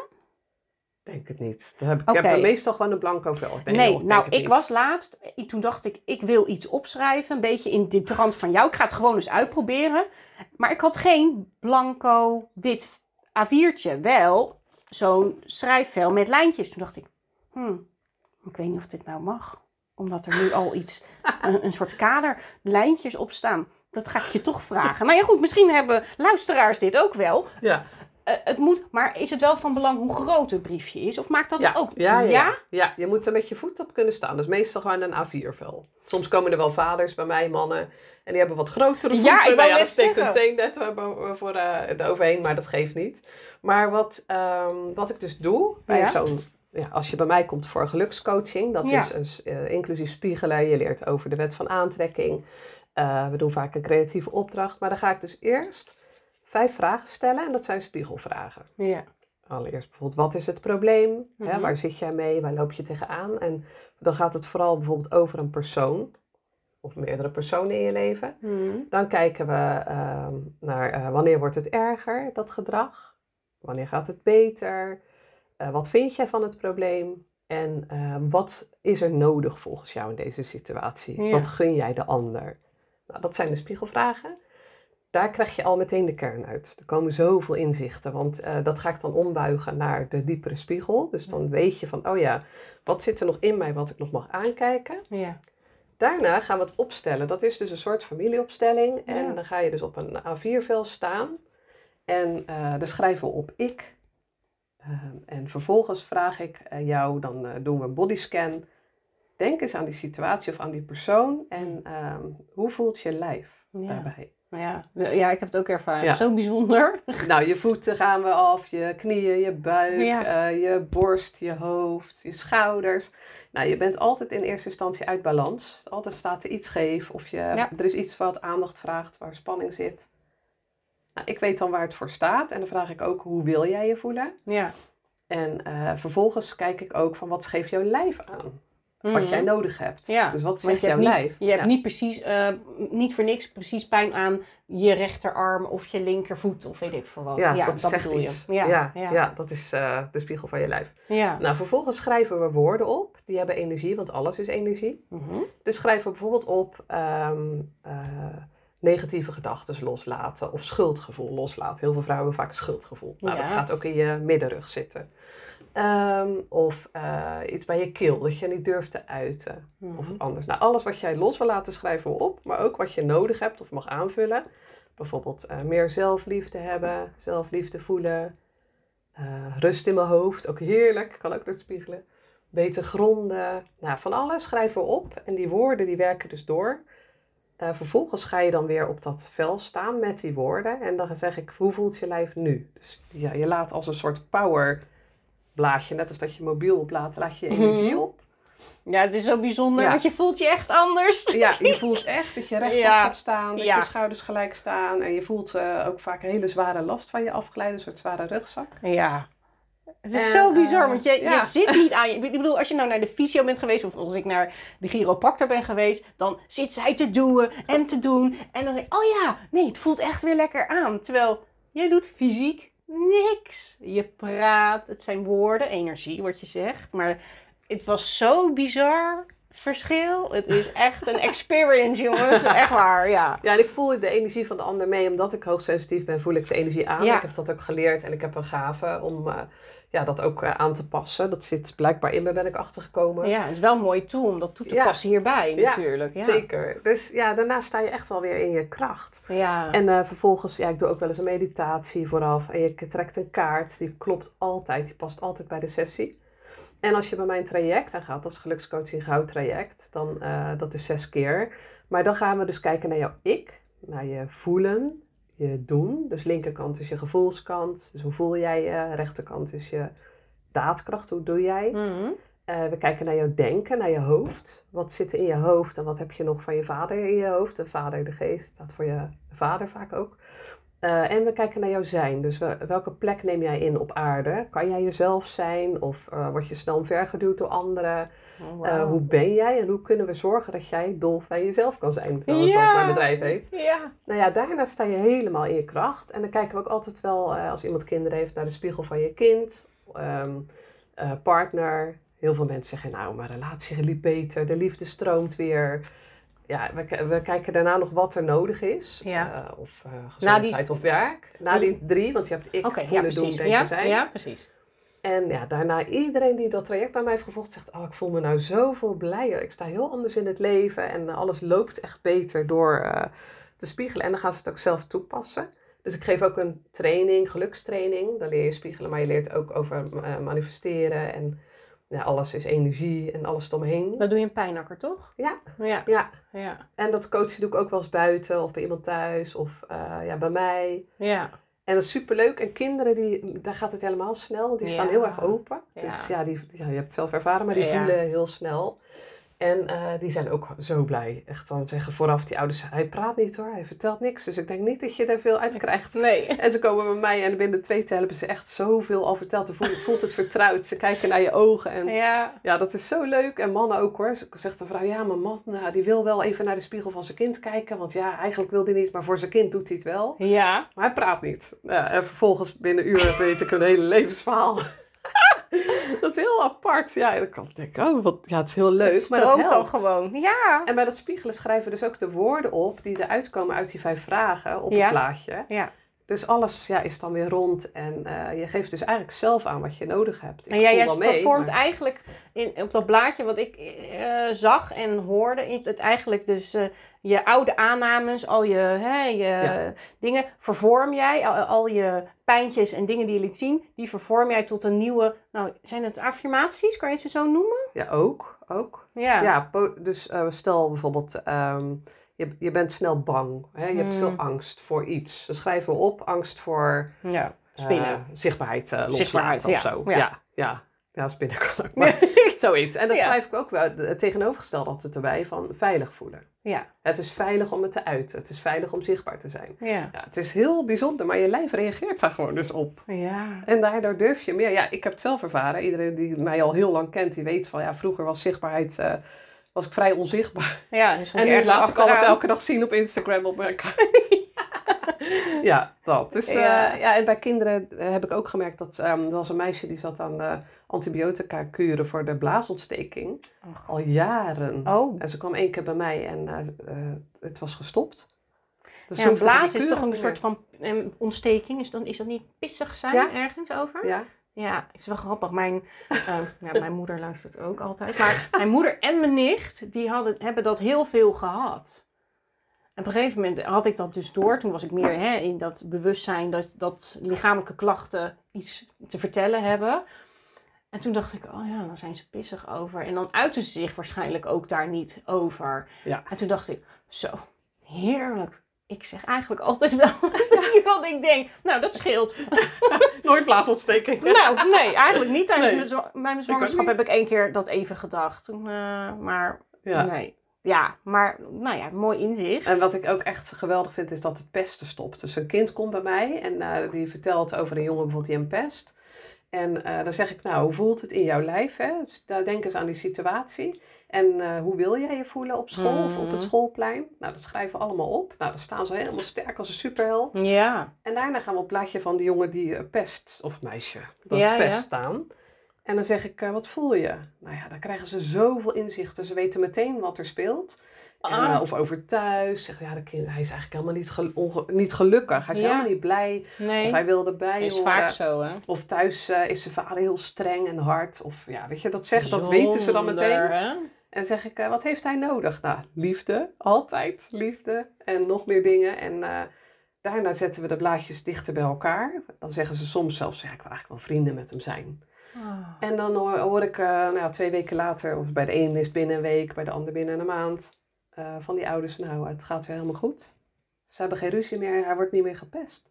denk het niet. Dat heb ik, Oké. ik heb meestal gewoon een blanco vel. Nee, Nee, joh, denk nou het ik niet. was laatst, ik- toen dacht ik, ik wil iets opschrijven. Een beetje in de trant van jou. Ik ga het gewoon eens uitproberen. Maar ik had geen blanco wit A viertje. Wel zo'n schrijfvel met lijntjes. Toen dacht ik, hmm, ik weet niet of dit nou mag. Omdat er nu al iets, een, een soort kader, lijntjes op staan. Dat ga ik je toch vragen. Nou ja goed, misschien hebben luisteraars dit ook wel. Ja. Uh, het moet, maar is het wel van belang hoe groot het briefje is? Of maakt dat Ja. ook? Ja, ja, ja? ja, je moet er met je voet op kunnen staan. Dus meestal gewoon een A vier vel. Soms komen er wel vaders bij mij, mannen. En die hebben wat grotere voeten. Ja, ik wou nou ja, net dan steekt zeggen. een teen net voor, voor uh, de overheen, maar dat geeft niet. Maar wat, um, wat ik dus doe, bij Ja. zo'n, ja, als je bij mij komt voor gelukscoaching, dat Ja. is een, uh, inclusief spiegelen. Je leert over de wet van aantrekking. Uh, we doen vaak een creatieve opdracht. Maar dan ga ik dus eerst vijf vragen stellen en dat zijn spiegelvragen. Ja. Allereerst bijvoorbeeld, wat is het probleem? Mhm. Hè, waar zit jij mee? Waar loop je tegenaan? En dan gaat het vooral bijvoorbeeld over een persoon. Of meerdere personen in je leven. Hmm. Dan kijken we uh, naar uh, wanneer wordt het erger, dat gedrag? Wanneer gaat het beter? Uh, wat vind jij van het probleem? En uh, wat is er nodig volgens jou in deze situatie? Ja. Wat gun jij de ander? Nou, dat zijn de spiegelvragen. Daar krijg je al meteen de kern uit. Er komen zoveel inzichten, want uh, dat ga ik dan ombuigen naar de diepere spiegel. Dus dan weet je van, oh ja, wat zit er nog in mij wat ik nog mag aankijken? Ja. Daarna gaan we het opstellen. Dat is dus een soort familieopstelling. En Ja. dan ga je dus op een A vier vel staan. En uh, daar schrijven we op ik. Uh, en vervolgens vraag ik uh, jou, dan uh, doen we een bodyscan. Denk eens aan die situatie of aan die persoon. En uh, hoe voelt je lijf Ja. daarbij? Ja. ja, ik heb het ook ervaren. Ja. Zo bijzonder. Nou, je voeten gaan we af, je knieën, je buik, Ja. uh, je borst, je hoofd, je schouders. Nou, je bent altijd in eerste instantie uit balans. Altijd staat er iets scheef of je, Ja. er is iets wat aandacht vraagt, waar spanning zit. Nou, ik weet dan waar het voor staat en dan vraag ik ook, hoe wil jij je voelen? Ja. En uh, vervolgens kijk ik ook van, wat geeft jouw lijf aan? Wat Mhm. jij nodig hebt. Ja, Dus wat want zegt je jouw hebt niet, lijf? Je hebt Ja. niet precies, uh, niet voor niks precies pijn aan je rechterarm of je linkervoet of weet ik veel wat. Ja, Ja, dat, zegt bedoel iets. je. Ja, Ja, ja. ja, dat is uh, de spiegel van je lijf. Ja. Nou, vervolgens schrijven we woorden op. Die hebben energie, want alles is energie. Mhm. Dus schrijven we bijvoorbeeld op um, uh, negatieve gedachten loslaten of schuldgevoel loslaten. Heel veel vrouwen hebben vaak een schuldgevoel. Nou, Ja. dat gaat ook in je middenrug zitten. Um, of uh, iets bij je keel, dat je niet durft te uiten. Mhm. Of wat anders. Nou, alles wat jij los wil laten schrijven we op. Maar ook wat je nodig hebt of mag aanvullen. Bijvoorbeeld uh, meer zelfliefde hebben, zelfliefde voelen. Uh, rust in mijn hoofd, ook heerlijk, kan ook spiegelen. Beter gronden. Nou, van alles schrijven we op. En die woorden die werken dus door. Uh, vervolgens ga je dan weer op dat vel staan met die woorden. En dan zeg ik, hoe voelt je lijf nu? Dus ja, je laat als een soort power blaadje. Net als dat je mobiel oplaadt, laat je je energie op. Ja, het is zo bijzonder, Ja. want je voelt je echt anders. Ja, je voelt echt dat je rechtop Ja. gaat staan. Dat Ja. je schouders gelijk staan. En je voelt uh, ook vaak een hele zware last van je afglijden. Een soort zware rugzak. Ja. Het is En, zo bizar, uh, want je, ja. je zit niet aan je... Ik bedoel, als je nou naar de fysio bent geweest... of als ik naar de chiropractor ben geweest... dan zit zij te doen en te doen. En dan denk ik, oh ja, nee, het voelt echt weer lekker aan. Terwijl, jij doet fysiek niks. Je praat, het zijn woorden, energie wat je zegt. Maar het was zo bizar verschil. Het is echt een experience, jongens. Echt waar, ja. Ja, en ik voel de energie van de ander mee. Omdat ik hoogsensitief ben, voel ik de energie aan. Ja. Ik heb dat ook geleerd. En ik heb een gave om uh, ja, dat ook uh, aan te passen. Dat zit blijkbaar in me, ben ik achtergekomen. Ja, het is wel een mooi tool om dat toe te Ja. passen hierbij, Ja, natuurlijk. Ja, Zeker. Dus ja, daarna sta je echt wel weer in je kracht. Ja. En uh, vervolgens, ja, ik doe ook wel eens een meditatie vooraf. En je trekt een kaart, die klopt altijd. Die past altijd bij de sessie. En als je bij mijn traject aan dat is gelukscoaching goud traject, dan uh, dat is zes keer. Maar dan gaan we dus kijken naar jouw ik, naar je voelen, je doen. Dus linkerkant is je gevoelskant, dus hoe voel jij je? Rechterkant is je daadkracht, hoe doe jij? Mm-hmm. Uh, we kijken naar jouw denken, naar je hoofd. Wat zit er in je hoofd en wat heb je nog van je vader in je hoofd? De vader, de geest, staat voor je vader vaak ook. Uh, en we kijken naar jouw zijn. Dus we, welke plek neem jij in op aarde? Kan jij jezelf zijn? Of uh, word je snel omvergeduwd door anderen? Oh, wow. uh, hoe ben jij? En hoe kunnen we zorgen dat jij dolfijn jezelf kan zijn? Ja. Zoals mijn bedrijf heet. Ja. Nou ja, daarna sta je helemaal in je kracht. En dan kijken we ook altijd wel, uh, als iemand kinderen heeft, naar de spiegel van je kind. Um, uh, partner. Heel veel mensen zeggen, nou, mijn relatie liep beter. De liefde stroomt weer. Ja, we, we kijken daarna nog wat er nodig is. Ja. Uh, of uh, gezondheid Na die... of werk. Na die drie, want je hebt ik, okay, voelen, ja, doen, denken, ja, zijn. Ja, precies. En ja, daarna iedereen die dat traject bij mij heeft gevolgd zegt, oh, ik voel me nou zoveel blijer. Ik sta heel anders in het leven en uh, alles loopt echt beter door uh, te spiegelen. En dan gaan ze het ook zelf toepassen. Dus ik geef ook een training, gelukstraining. Dan leer je spiegelen, maar je leert ook over uh, manifesteren en... Ja, alles is energie en alles eromheen. Dat doe je in Pijnakker, toch? Ja. Ja. ja. ja. En dat coachen doe ik ook wel eens buiten of bij iemand thuis of uh, ja, bij mij. Ja. En dat is superleuk. En kinderen, die, daar gaat het helemaal snel, want die ja. staan heel erg open. Ja. Dus ja, die, ja, je hebt het zelf ervaren, maar die ja. voelen heel snel. En uh, die zijn ook zo blij. Echt dan zeggen vooraf die ouders, hij praat niet hoor, hij vertelt niks. Dus ik denk niet dat je er veel uit krijgt. Nee. En ze komen bij mij en binnen twee tellen hebben ze echt zoveel al verteld. Dan voelt, voelt het vertrouwd. Ze kijken naar je ogen. En ja. ja, dat is zo leuk. En mannen ook hoor. Ze zegt de vrouw, ja, mijn man nou, die wil wel even naar de spiegel van zijn kind kijken. Want ja, eigenlijk wil hij niet, maar voor zijn kind doet hij het wel. Ja. Maar hij praat niet. Ja, en vervolgens binnen een uur weet ik een hele levensverhaal. Dat is heel apart. Ja, dan kan ik denken, oh, wat, ja, het is heel leuk. Het maar dat stroomt helpt. dan gewoon. Ja. En bij dat spiegelen schrijven we dus ook de woorden op die eruit komen uit die vijf vragen op Ja. het plaatje. Ja. Dus alles ja, is dan weer rond en uh, je geeft dus eigenlijk zelf aan wat je nodig hebt. Ik en jij, voel jij wel mee, vormt maar... eigenlijk in, op dat blaadje wat ik uh, zag en hoorde, het eigenlijk dus uh, je oude aannames, al je, hè, je ja. dingen, vervorm jij, al, al je pijntjes en dingen die je liet zien, die vervorm jij tot een nieuwe, nou zijn het affirmaties, kan je ze zo noemen? Ja, ook. ook. Ja. ja dus uh, stel bijvoorbeeld... Um, Je, je bent snel bang. Hè? Je hebt hmm. veel angst voor iets. Dan schrijven we op angst voor ja, spinnen. Uh, zichtbaarheid uh, loslaten zichtbaarheid, of ja. zo. Ja, ja, ja. ja spinnen kan ook. Maar zoiets. En dan ja. schrijf ik ook wel het tegenovergestelde altijd erbij van veilig voelen. Ja. Het is veilig om het te uiten. Het is veilig om zichtbaar te zijn. Ja. Ja, het is heel bijzonder, maar je lijf reageert daar gewoon dus op. Ja. En daardoor durf je meer. Ja, ik heb het zelf ervaren. Iedereen die mij al heel lang kent, die weet van ja, vroeger was zichtbaarheid... Uh, was ik vrij onzichtbaar. Ja, dus en nu laat ik alles elke dag zien op Instagram op mijn account. ja, dat. Dus, ja. Uh, ja, en bij kinderen heb ik ook gemerkt dat... Um, er was een meisje die zat aan uh, antibiotica kuren voor de blaasontsteking. Oh. Al jaren. Oh. En ze kwam één keer bij mij en uh, uh, het was gestopt. Dus ja, een blaas is toch een soort van um, ontsteking? Is, dan, is dat niet pissig zijn ja. ergens over? Ja. Ja, het is wel grappig. Mijn, uh, ja, mijn moeder luistert ook altijd. Maar mijn moeder en mijn nicht, die hadden, hebben dat heel veel gehad. En op een gegeven moment had ik dat dus door. Toen was ik meer hè, in dat bewustzijn dat, dat lichamelijke klachten iets te vertellen hebben. En toen dacht ik, oh ja, dan zijn ze pissig over. En dan uiten ze zich waarschijnlijk ook daar niet over. Ja. En toen dacht ik, zo, heerlijk. Ik zeg eigenlijk altijd wel wat ik denk. Nou, dat scheelt. Nooit blaasontsteking. Nou, nee, eigenlijk niet. Tijdens nee. mijn, mijn zwangerschap heb ik één keer dat even gedacht. Uh, maar ja. nee. Ja, maar nou ja, mooi inzicht. En wat ik ook echt geweldig vind, is dat het pesten stopt. Dus een kind komt bij mij en uh, die vertelt over een jongen bijvoorbeeld die hem pest. En uh, dan zeg ik, nou, hoe voelt het in jouw lijf? Hè? Dus daar denk eens aan die situatie. En uh, hoe wil jij je voelen op school mm. of op het schoolplein? Nou, dat schrijven we allemaal op. Nou, dan staan ze helemaal sterk als een superheld. Ja. En daarna gaan we op het plaatje van die jongen die uh, pest, of het meisje, dat ja, pest ja. staan. En dan zeg ik, uh, wat voel je? Nou ja, dan krijgen ze zoveel inzichten. Ze weten meteen wat er speelt. En, uh, of over thuis. Zeg, ja, de kind, hij is eigenlijk helemaal niet, gel- onge- niet gelukkig. Hij is ja. helemaal niet blij. Nee. Of hij wil erbij horen. Is horen. vaak zo, hè? Of thuis uh, is zijn vader heel streng en hard. Of ja, weet je, dat zeggen, dat weten ze dan meteen. Hè? En zeg ik, uh, wat heeft hij nodig? Nou, liefde. Altijd liefde. En nog meer dingen. En uh, daarna zetten we de blaadjes dichter bij elkaar. Dan zeggen ze soms zelfs, ja, ik wil eigenlijk wel vrienden met hem zijn. Oh. En dan hoor, hoor ik uh, nou ja, twee weken later, of bij de een is het binnen een week, bij de ander binnen een maand, uh, van die ouders, nou, het gaat weer helemaal goed. Ze hebben geen ruzie meer, hij wordt niet meer gepest.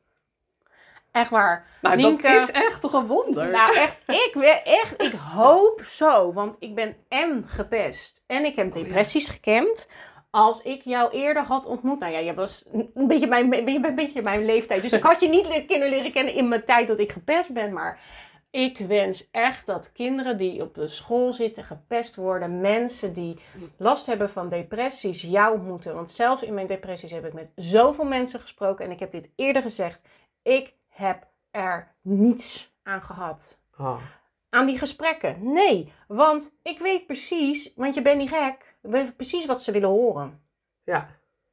Echt waar. Nou, Nienke, dat is echt toch een wonder. Nou, echt, ik, echt, ik hoop zo, want ik ben en gepest en ik heb depressies oh, ja. gekend. Als ik jou eerder had ontmoet, nou ja, je was een beetje mijn, een beetje mijn leeftijd, dus ik had je niet kunnen leren kennen in mijn tijd dat ik gepest ben, maar ik wens echt dat kinderen die op de school zitten, gepest worden, mensen die last hebben van depressies, jou ontmoeten. Want zelfs in mijn depressies heb ik met zoveel mensen gesproken en ik heb dit eerder gezegd, ik heb er niets aan gehad. Oh. Aan die gesprekken. Nee, want ik weet precies, want je bent niet gek, ik weet precies wat ze willen horen. Ja.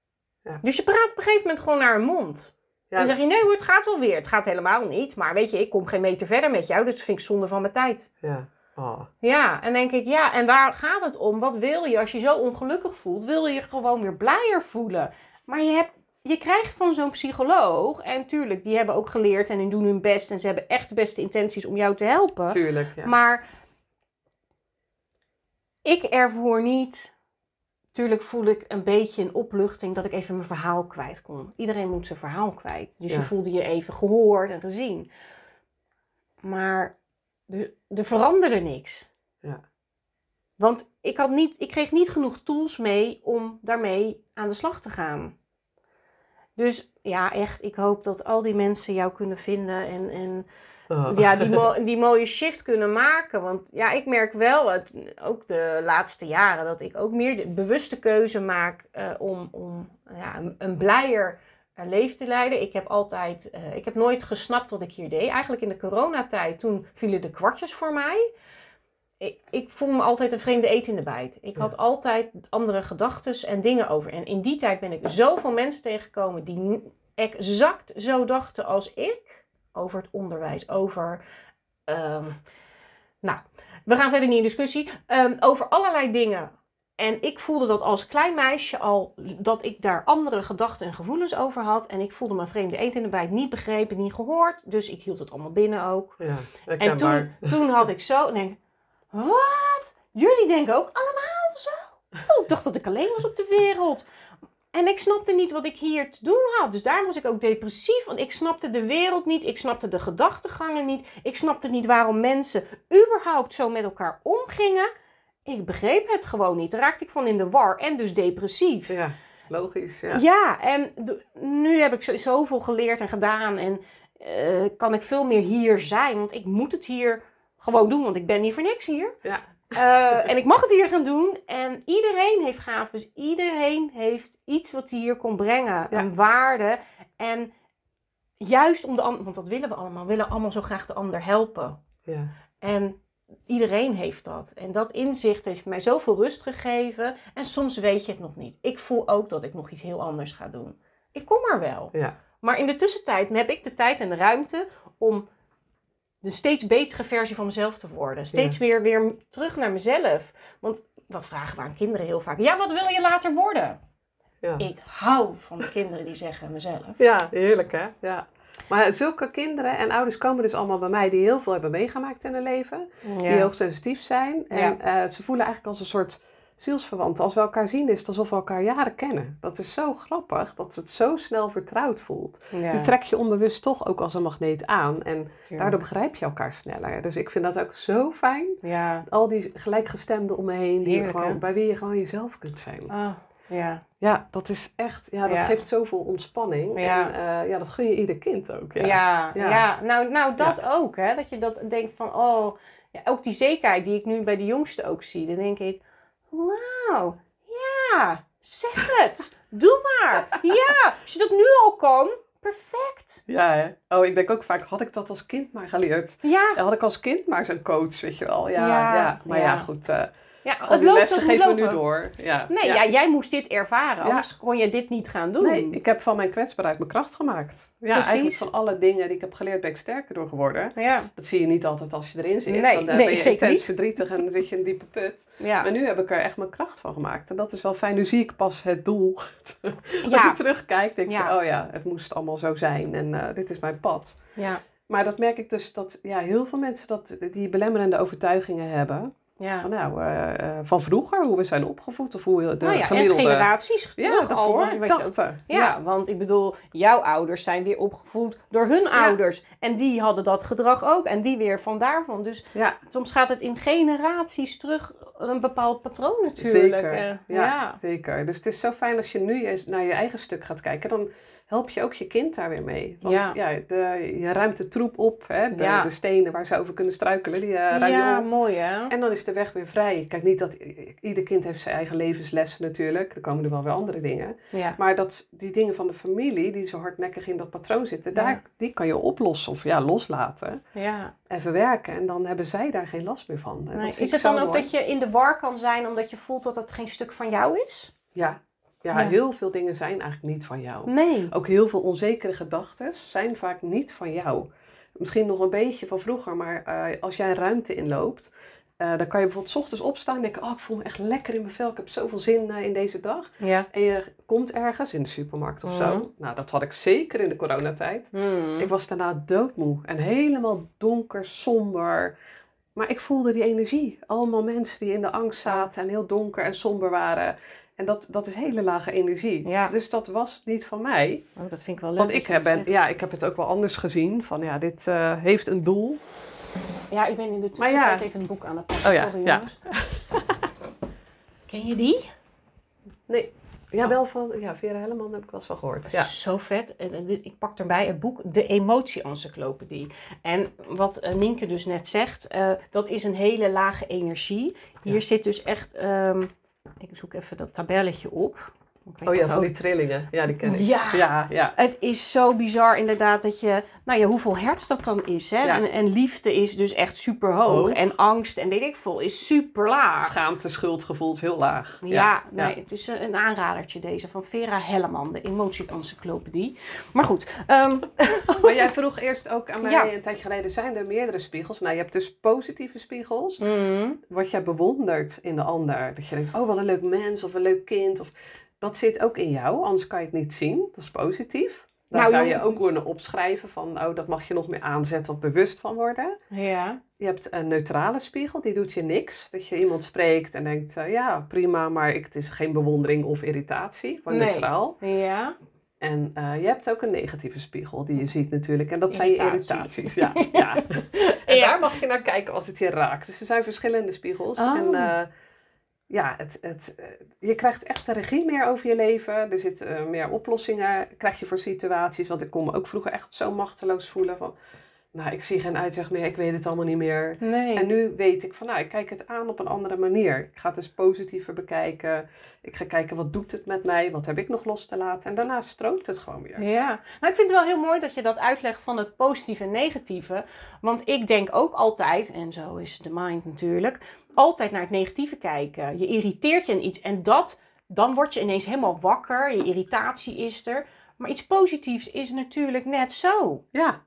Ja. Dus je praat op een gegeven moment gewoon naar hun mond. Ja. Dan zeg je, nee hoor, het gaat wel weer. Het gaat helemaal niet. Maar weet je, ik kom geen meter verder met jou. Dus vind ik zonde van mijn tijd. Ja. Oh. Ja, en denk ik, ja, en waar gaat het om? Wat wil je als je zo ongelukkig voelt? Wil je je gewoon weer blijer voelen? Maar je, hebt, je krijgt van zo'n psycholoog, en tuurlijk, die hebben ook geleerd en die doen hun best. En ze hebben echt de beste intenties om jou te helpen. Tuurlijk, ja. Maar ik ervoor niet... Tuurlijk voel ik een beetje een opluchting dat ik even mijn verhaal kwijt kon. Iedereen moet zijn verhaal kwijt. Dus ja. je voelde je even gehoord en gezien. Maar er, er veranderde niks. Ja. Want ik, had niet, ik kreeg niet genoeg tools mee om daarmee aan de slag te gaan. Dus ja, echt, ik hoop dat al die mensen jou kunnen vinden en... en Oh. Ja, die, mo- die mooie shift kunnen maken. Want ja, ik merk wel, het, ook de laatste jaren, dat ik ook meer de bewuste keuze maak uh, om, om ja, een, een blijer een leven te leiden. Ik heb altijd, uh, ik heb nooit gesnapt wat ik hier deed. Eigenlijk in de coronatijd, toen vielen de kwartjes voor mij. Ik, ik voel me altijd een vreemde eet in de bijt. Ik had ja. altijd andere gedachten en dingen over. En in die tijd ben ik zoveel mensen tegengekomen die exact zo dachten als ik. Over het onderwijs, over... Um, nou, we gaan verder niet in discussie. Um, over allerlei dingen. En ik voelde dat als klein meisje al, dat ik daar andere gedachten en gevoelens over had. En ik voelde mijn vreemde eet in de bijt niet begrepen, niet gehoord. Dus ik hield het allemaal binnen ook. Ja, en toen, toen had ik zo, en denk, wat? Jullie denken ook allemaal zo? Oh, ik dacht dat ik alleen was op de wereld. En ik snapte niet wat ik hier te doen had. Dus daar was ik ook depressief. Want ik snapte de wereld niet. Ik snapte de gedachtegangen niet. Ik snapte niet waarom mensen überhaupt zo met elkaar omgingen. Ik begreep het gewoon niet. Daar raakte ik van in de war. En dus depressief. Ja, logisch. Ja, ja en d- nu heb ik zo, zoveel geleerd en gedaan. En uh, kan ik veel meer hier zijn. Want ik moet het hier gewoon doen. Want ik ben niet voor niks hier. Ja. Uh, en ik mag het hier gaan doen. En iedereen heeft gaven. Iedereen heeft iets wat hij hier kon brengen. Ja. Een waarde. En juist om de ander... Want dat willen we allemaal. We willen allemaal zo graag de ander helpen. Ja. En iedereen heeft dat. En dat inzicht heeft mij zoveel rust gegeven. En soms weet je het nog niet. Ik voel ook dat ik nog iets heel anders ga doen. Ik kom er wel. Ja. Maar in de tussentijd heb ik de tijd en de ruimte om... een steeds betere versie van mezelf te worden. Steeds ja. weer, weer terug naar mezelf. Want wat vragen we aan kinderen heel vaak? Ja, wat wil je later worden? Ja. Ik hou van de kinderen die zeggen mezelf. Ja, heerlijk hè? Ja. Maar zulke kinderen en ouders komen dus allemaal bij mij die heel veel hebben meegemaakt in hun leven. Ja. Die hoogsensitief zijn. En ja. uh, ze voelen eigenlijk als een soort zielsverwanten. Als we elkaar zien is het alsof we elkaar jaren kennen. Dat is zo grappig dat het zo snel vertrouwd voelt. Ja. Die trek je onbewust toch ook als een magneet aan. En ja. daardoor begrijp je elkaar sneller. Dus ik vind dat ook zo fijn. Ja. Al die gelijkgestemden om me heen. Die Heerlijk, gewoon, bij wie je gewoon jezelf kunt zijn. Oh, ja. Ja, dat is echt... Ja, dat ja. geeft zoveel ontspanning. Ja. En uh, ja, dat gun je ieder kind ook. Ja, ja, ja. ja. Nou, nou dat ja. ook. Hè? Dat je dat denkt van... Oh, ja, ook die zekerheid die ik nu bij de jongste ook zie. Dan denk ik... Wauw, ja, zeg het. Doe maar. Ja, als je dat nu al kan, perfect. Ja, hè? Oh, ik denk ook vaak, had ik dat als kind maar geleerd? Ja. Had ik als kind maar zo'n coach, weet je wel. Ja, ja. ja. Maar ja, ja goed. Uh, ja, al die lessen geven we nu door. Ja. Nee, ja. Ja, jij moest dit ervaren, anders ja. kon je dit niet gaan doen. Nee, ik heb van mijn kwetsbaarheid mijn kracht gemaakt. Ja, Precies. Eigenlijk van alle dingen die ik heb geleerd ben ik sterker door geworden. Ja. Dat zie je niet altijd als je erin zit. Nee, dan uh, nee, ben je zeker intens niet. verdrietig en dan zit je in een diepe put. Ja. Maar nu heb ik er echt mijn kracht van gemaakt. En dat is wel fijn. Nu zie ik pas het doel. Als ja. je terugkijkt, denk ja. je, oh ja, het moest allemaal zo zijn. En uh, dit is mijn pad. Ja. Maar dat merk ik dus dat ja, heel veel mensen dat, die belemmerende overtuigingen hebben. Ja. Van, nou, uh, uh, van vroeger, hoe we zijn opgevoed of hoe de nou ja, gemiddelde... En generaties terug ja, al. Wat dachten. Ja, ja, want ik bedoel, jouw ouders zijn weer opgevoed door hun ja. ouders. En die hadden dat gedrag ook. En die weer van daarvan. Dus ja. soms gaat het in generaties terug een bepaald patroon natuurlijk. Zeker, uh, ja, ja, zeker. Dus het is zo fijn als je nu eens naar je eigen stuk gaat kijken. Dan help je ook je kind daar weer mee. Want ja. Ja, de, je ruimt de troep op. Hè? De, ja. de stenen waar ze over kunnen struikelen. Die, uh, ruim ja, je op. mooi hè. En dan is de weg weer vrij. Kijk, niet dat ieder kind heeft zijn eigen levenslessen natuurlijk. Er komen er wel weer andere dingen. Ja. Maar dat die dingen van de familie die zo hardnekkig in dat patroon zitten. Ja. Daar, die kan je oplossen of ja, loslaten. Ja. En verwerken. En dan hebben zij daar geen last meer van. Nee. Is het dan ook mooi. Dat je in de war kan zijn omdat je voelt dat het geen stuk van jou is? Ja. Ja, Ja. heel veel dingen zijn eigenlijk niet van jou. Nee. Ook heel veel onzekere gedachten zijn vaak niet van jou. Misschien nog een beetje van vroeger, maar uh, als jij een ruimte inloopt, uh, dan kan je bijvoorbeeld 's ochtends opstaan en denken, oh, ik voel me echt lekker in mijn vel, ik heb zoveel zin uh, in deze dag. Ja. En je komt ergens in de supermarkt of Mhm. zo. Nou, dat had ik zeker in de coronatijd. Hmm. Ik was daarna doodmoe en helemaal donker, somber. Maar ik voelde die energie. Allemaal mensen die in de angst zaten en heel donker en somber waren. En dat, dat is hele lage energie. Ja. Dus dat was niet van mij. Oh, dat vind ik wel leuk. Want dat ik je heb, dat ben, zegt. ja, ik heb het ook wel anders gezien. Van ja, dit uh, heeft een doel. Ja, ik ben in de Maar tussentijd ja. even een boek aan het pakken. Oh ja, Sorry ja. jongens. Ken je die? Nee, ja, wel van ja, Vera Helleman heb ik wel eens van gehoord. Ja. Zo vet. En, en dit- ik pak erbij het boek De Emotie-encyclopedie. En wat uh, Nienke dus net zegt, uh, dat is een hele lage energie. Hier Ja. zit dus echt, um, ik zoek even dat tabelletje op. Ik weet Oh ja, dat van ook. die trillingen. Ja, die ken ik. Ja. Ja, ja. Het is zo bizar inderdaad dat je, nou ja, hoeveel hertz dat dan is. Hè? Ja. En, en liefde is dus echt super hoog. Hoog. En angst en weet ik veel is super laag. Schaamte, schuldgevoel is heel laag. Ja, Ja, nee, ja. het is een aanradertje deze van Vera Helleman, de emotie-encyclopedie. Maar goed. Um, Maar jij vroeg eerst ook aan mij, Ja. een tijdje geleden, zijn er meerdere spiegels? Nou, je hebt dus positieve spiegels. mm, Wat jij bewondert in de ander. Dat je denkt, oh wat een leuk mens of een leuk kind. Of, dat zit ook in jou, anders kan je het niet zien. Dat is positief. Daar Nou, zou joh. je ook kunnen opschrijven van, oh dat mag je nog meer aanzetten of bewust van worden. ja. Je hebt een neutrale spiegel, die doet je niks. Dat je iemand spreekt en denkt, uh, ja prima, maar ik, het is geen bewondering of irritatie. Gewoon Nee. neutraal. Ja. En uh, je hebt ook een negatieve spiegel die je ziet natuurlijk. En dat zijn je Irritatie. irritaties. Ja, ja. En Ja. daar mag je naar kijken als het je raakt. Dus er zijn verschillende spiegels. Oh. En uh, ja, het, het, uh, je krijgt echt de regie meer over je leven. Er zitten uh, meer oplossingen, krijg je voor situaties. Want ik kon me ook vroeger echt zo machteloos voelen van... Nou, ik zie geen uitweg meer, ik weet het allemaal niet meer. Nee. En nu weet ik van, nou, ik kijk het aan op een andere manier. Ik ga het dus positiever bekijken. Ik ga kijken, wat doet het met mij? Wat heb ik nog los te laten? En daarna stroomt het gewoon weer. Ja, nou ik vind het wel heel mooi dat je dat uitlegt van het positieve en negatieve. Want ik denk ook altijd, en zo is de mind natuurlijk, altijd naar het negatieve kijken. Je irriteert je aan iets en dat, dan word je ineens helemaal wakker. Je irritatie is er. Maar iets positiefs is natuurlijk net zo. Ja.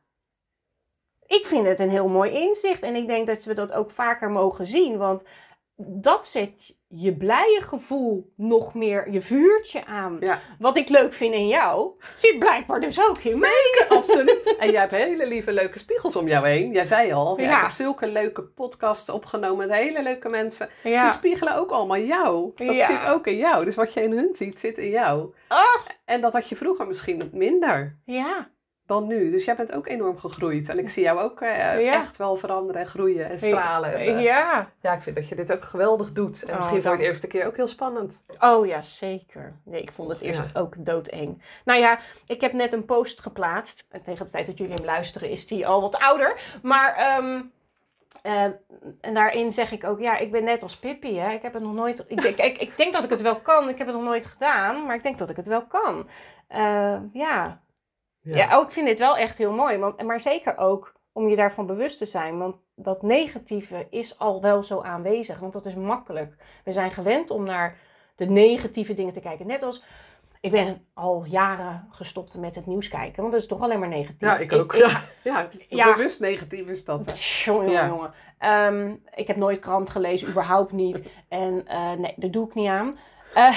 Ik vind het een heel mooi inzicht en ik denk dat we dat ook vaker mogen zien. Want dat zet je blije gevoel nog meer, je vuurtje aan. Ja. Wat ik leuk vind in jou, zit blijkbaar dus ook in mij. Absoluut. En jij hebt hele lieve leuke spiegels om jou heen. Jij zei al, ja. Ja. Ik heb zulke leuke podcasts opgenomen met hele leuke mensen. Ja. Die spiegelen ook allemaal jou. Dat Ja. zit ook in jou. Dus wat je in hun ziet, zit in jou. Ah. En dat had je vroeger misschien minder Ja. dan nu. Dus jij bent ook enorm gegroeid. En ik zie jou ook uh, Ja. echt wel veranderen en groeien en stralen. En, uh, Ja. ja, ik vind dat je dit ook geweldig doet. En Oh, misschien voor dank. de eerste keer ook heel spannend. Oh ja, zeker. Nee, ik vond het eerst Ja. ook doodeng. Nou ja, ik heb net een post geplaatst. En tegen de tijd dat jullie hem luisteren is die al wat ouder. Maar ehm, uh, en daarin zeg ik ook, ja, ik ben net als Pippi. Hè? Ik heb het nog nooit... Ik denk, ik, ik denk dat ik het wel kan. Ik heb het nog nooit gedaan. Maar ik denk dat ik het wel kan. Uh, ja. Ja. ja, oh, ik vind dit wel echt heel mooi. Want, maar zeker ook om je daarvan bewust te zijn. Want dat negatieve is al wel zo aanwezig. Want dat is makkelijk. We zijn gewend om naar de negatieve dingen te kijken. Net als... Ik ben al jaren gestopt met het nieuws kijken. Want dat is toch alleen maar negatief. Ja, ik ook. Ik, ja, ja, ja. bewust negatief is dat. Hè? Jongen, Ja. jongen. Um, ik heb nooit krant gelezen, überhaupt niet. En uh, nee, dat doe ik niet aan. Uh,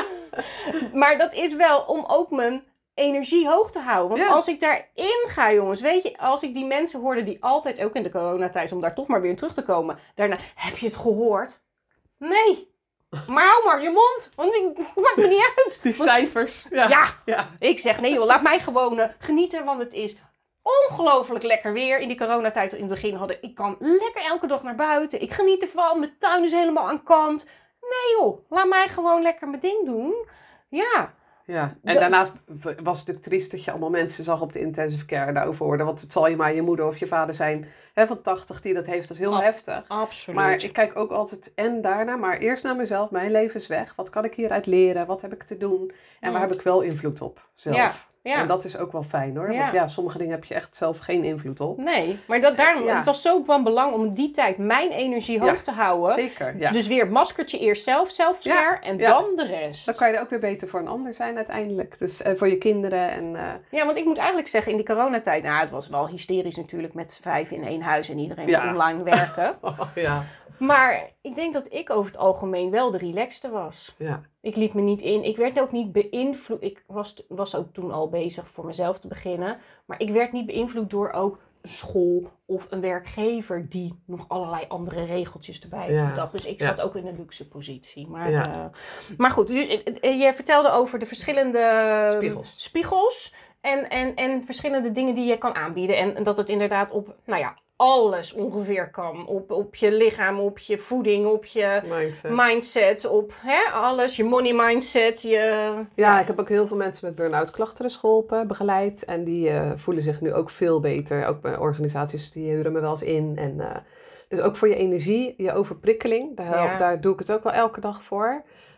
maar dat is wel om ook mijn energie hoog te houden. Want Ja. als ik daarin ga, jongens, weet je, als ik die mensen hoorde die altijd, ook in de coronatijd, om daar toch maar weer in terug te komen, daarna, heb je het gehoord? Nee. Maar hou maar je mond, want ik maakt me niet uit. Die Want, cijfers. Ja. ja, ja. ik zeg nee joh, laat mij gewoon uh, genieten, want het is ongelooflijk lekker weer. In die coronatijd in het begin hadden, ik kan lekker elke dag naar buiten. Ik geniet ervan, mijn tuin is helemaal aan kant. Nee joh, laat mij gewoon lekker mijn ding doen. Ja. Ja, en De- daarnaast was het natuurlijk triest dat je allemaal mensen zag op de intensive care daarover horen. Want het zal je maar je moeder of je vader zijn hè, van tachtig die dat heeft. Dat is heel Oh, heftig. Absoluut. Maar ik kijk ook altijd en daarna, maar eerst naar mezelf. Mijn leven is weg. Wat kan ik hieruit leren? Wat heb ik te doen? En waar Mm. heb ik wel invloed op zelf? Ja, ja. En dat is ook wel fijn hoor. Ja. Want ja, sommige dingen heb je echt zelf geen invloed op. Nee, maar dat, daarom, Ja. het was zo van belang om in die tijd mijn energie hoog Ja, te houden. Zeker, ja. Dus weer het maskertje eerst zelf, zelfscare en ja. dan de rest. Dan kan je er ook weer beter voor een ander zijn uiteindelijk. Dus eh, voor je kinderen en... eh, Ja, want ik moet eigenlijk zeggen, in die coronatijd, nou het was wel hysterisch natuurlijk met vijf in één huis en iedereen Ja. moet online werken. oh, ja, Maar ik denk dat ik over het algemeen wel de relaxste was. ja. Ik liet me niet in. Ik werd ook niet beïnvloed. Ik was, was ook toen al bezig voor mezelf te beginnen. Maar ik werd niet beïnvloed door ook een school of een werkgever die nog allerlei andere regeltjes erbij heeft Ja. bedacht. Dus ik Ja. zat ook in een luxe positie. Maar, Ja. uh, maar goed, dus, uh, je vertelde over de verschillende Spiegels. spiegels en, en, en verschillende dingen die je kan aanbieden. En, en dat het inderdaad op, nou ja, alles ongeveer kan. Op, op je lichaam, op je voeding, op je Mindset. mindset, op hè, alles. Je money mindset, je... Ja, ik heb ook heel veel mensen met burn-out klachten dus geholpen, begeleid. En die uh, voelen zich nu ook veel beter. Ook bij organisaties, die huren me wel eens in. En, uh, dus ook voor je energie, je overprikkeling. Daar, help, Ja. daar doe ik het ook wel elke dag voor.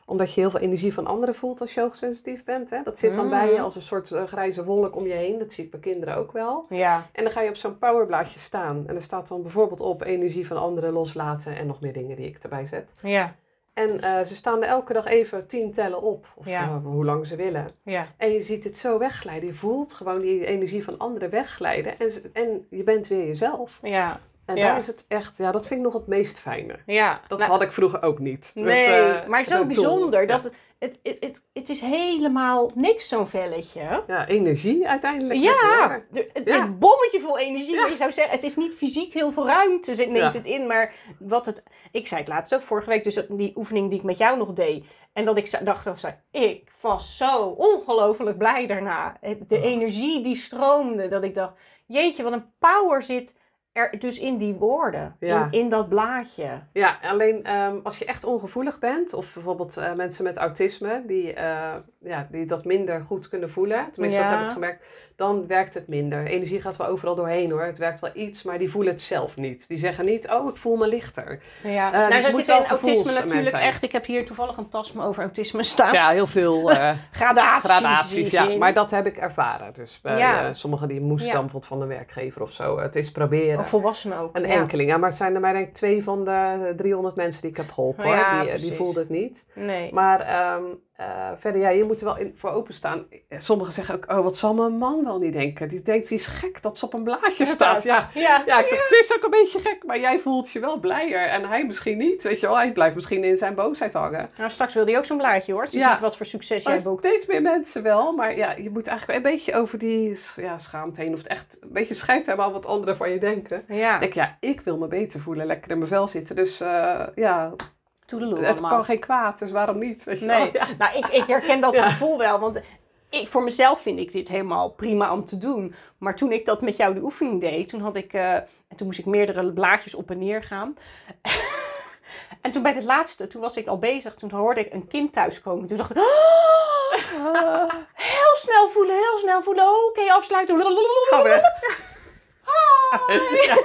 Omdat je heel veel energie van anderen voelt als je hoogsensitief bent. Hè? Dat zit dan Mm. bij je als een soort uh, grijze wolk om je heen. Dat zie ik bij kinderen ook wel. Ja. En dan ga je op zo'n powerblaadje staan. En er staat dan bijvoorbeeld op energie van anderen loslaten. En nog meer dingen die ik erbij zet. Ja. En uh, ze staan er elke dag even tien tellen op. Of Ja. uh, hoe lang ze willen. Ja. En je ziet het zo wegglijden. Je voelt gewoon die energie van anderen wegglijden. En, ze- en je bent weer jezelf. Ja. En Ja. daar is het echt, ja, dat vind ik nog het meest fijne. Ja. Dat Nou, had ik vroeger ook niet. Dus, nee, uh, maar zo zo'n tool. bijzonder. Ja. Dat het, het, het, het, het is helemaal niks zo'n velletje. Ja, energie uiteindelijk. met Ja, woorden. de- het Ja. is een bommetje vol energie. Ja. Maar je zou zeggen, het is niet fysiek heel veel ruimte. Ze neemt Ja. het in, maar wat het... Ik zei het laatst ook vorige week, dus dat- die oefening die ik met jou nog deed. En dat ik za- dacht, of zei, ik was zo ongelooflijk blij daarna. Het- De Ja. energie die stroomde, dat ik dacht, jeetje, wat een power zit er dus in die woorden. Ja. In, in dat blaadje. Ja, alleen ehm, als je echt ongevoelig bent, of bijvoorbeeld eh, mensen met autisme, die, eh, ja, die dat minder goed kunnen voelen, tenminste dat Ja. heb ik gemerkt, dan werkt het minder. Energie gaat wel overal doorheen hoor, het werkt wel iets, maar die voelen het zelf niet. Die zeggen niet, oh ik voel me lichter. Ja. Eh, nou, dus zo je moet zit in wel autisme gevoelsmens natuurlijk zijn. echt. Ik heb hier toevallig een tas over autisme staan. Ja, heel veel eh, Gradaties. gradaties, ja. in. Maar dat heb ik ervaren. Dus bij Ja. eh, sommigen die moesten Ja. dan bijvoorbeeld van een werkgever of zo. Het is proberen. Of volwassenen ook. Een ja. enkeling. Ja, maar het zijn er maar denk ik twee van de driehonderd mensen die ik heb geholpen hoor. Ja, die, die precies. voelden het niet. Nee. Maar ehm, eh, verder, ja, je moet er wel in, voor openstaan. Sommigen zeggen ook, oh, wat zal mijn man wel niet denken? Die denkt, die is gek dat ze op een blaadje staat. Ja, Ja. ja, ik zeg, het is ook een beetje gek, maar jij voelt je wel blijer. En hij misschien niet, weet je wel. Hij blijft misschien in zijn boosheid hangen. Nou, straks wil hij ook zo'n blaadje hoor. Dus je Ja. ziet wat voor succes jij Maar boekt. steeds meer mensen wel. Maar ja, je moet eigenlijk een beetje over die ja, schaamte heen. Of het echt een beetje scheid hebben aan wat anderen van je denken. Ja. Ik denk, ja, ik wil me beter voelen, lekker in mijn vel zitten. Dus uh, ja, Toedeloe het allemaal. kan geen kwaad, dus waarom niet? Weet je Nee, wel? Ja. nou ik, ik herken dat Ja. gevoel wel, want ik, voor mezelf vind ik dit helemaal prima om te doen. Maar toen ik dat met jou de oefening deed, toen had ik, uh, en toen moest ik meerdere blaadjes op en neer gaan. En toen bij het laatste, toen was ik al bezig, toen hoorde ik een kind thuiskomen. Toen dacht ik, oh, uh, heel snel voelen, heel snel voelen, oké, okay, afsluiten. Ga weg. Hi. Ja.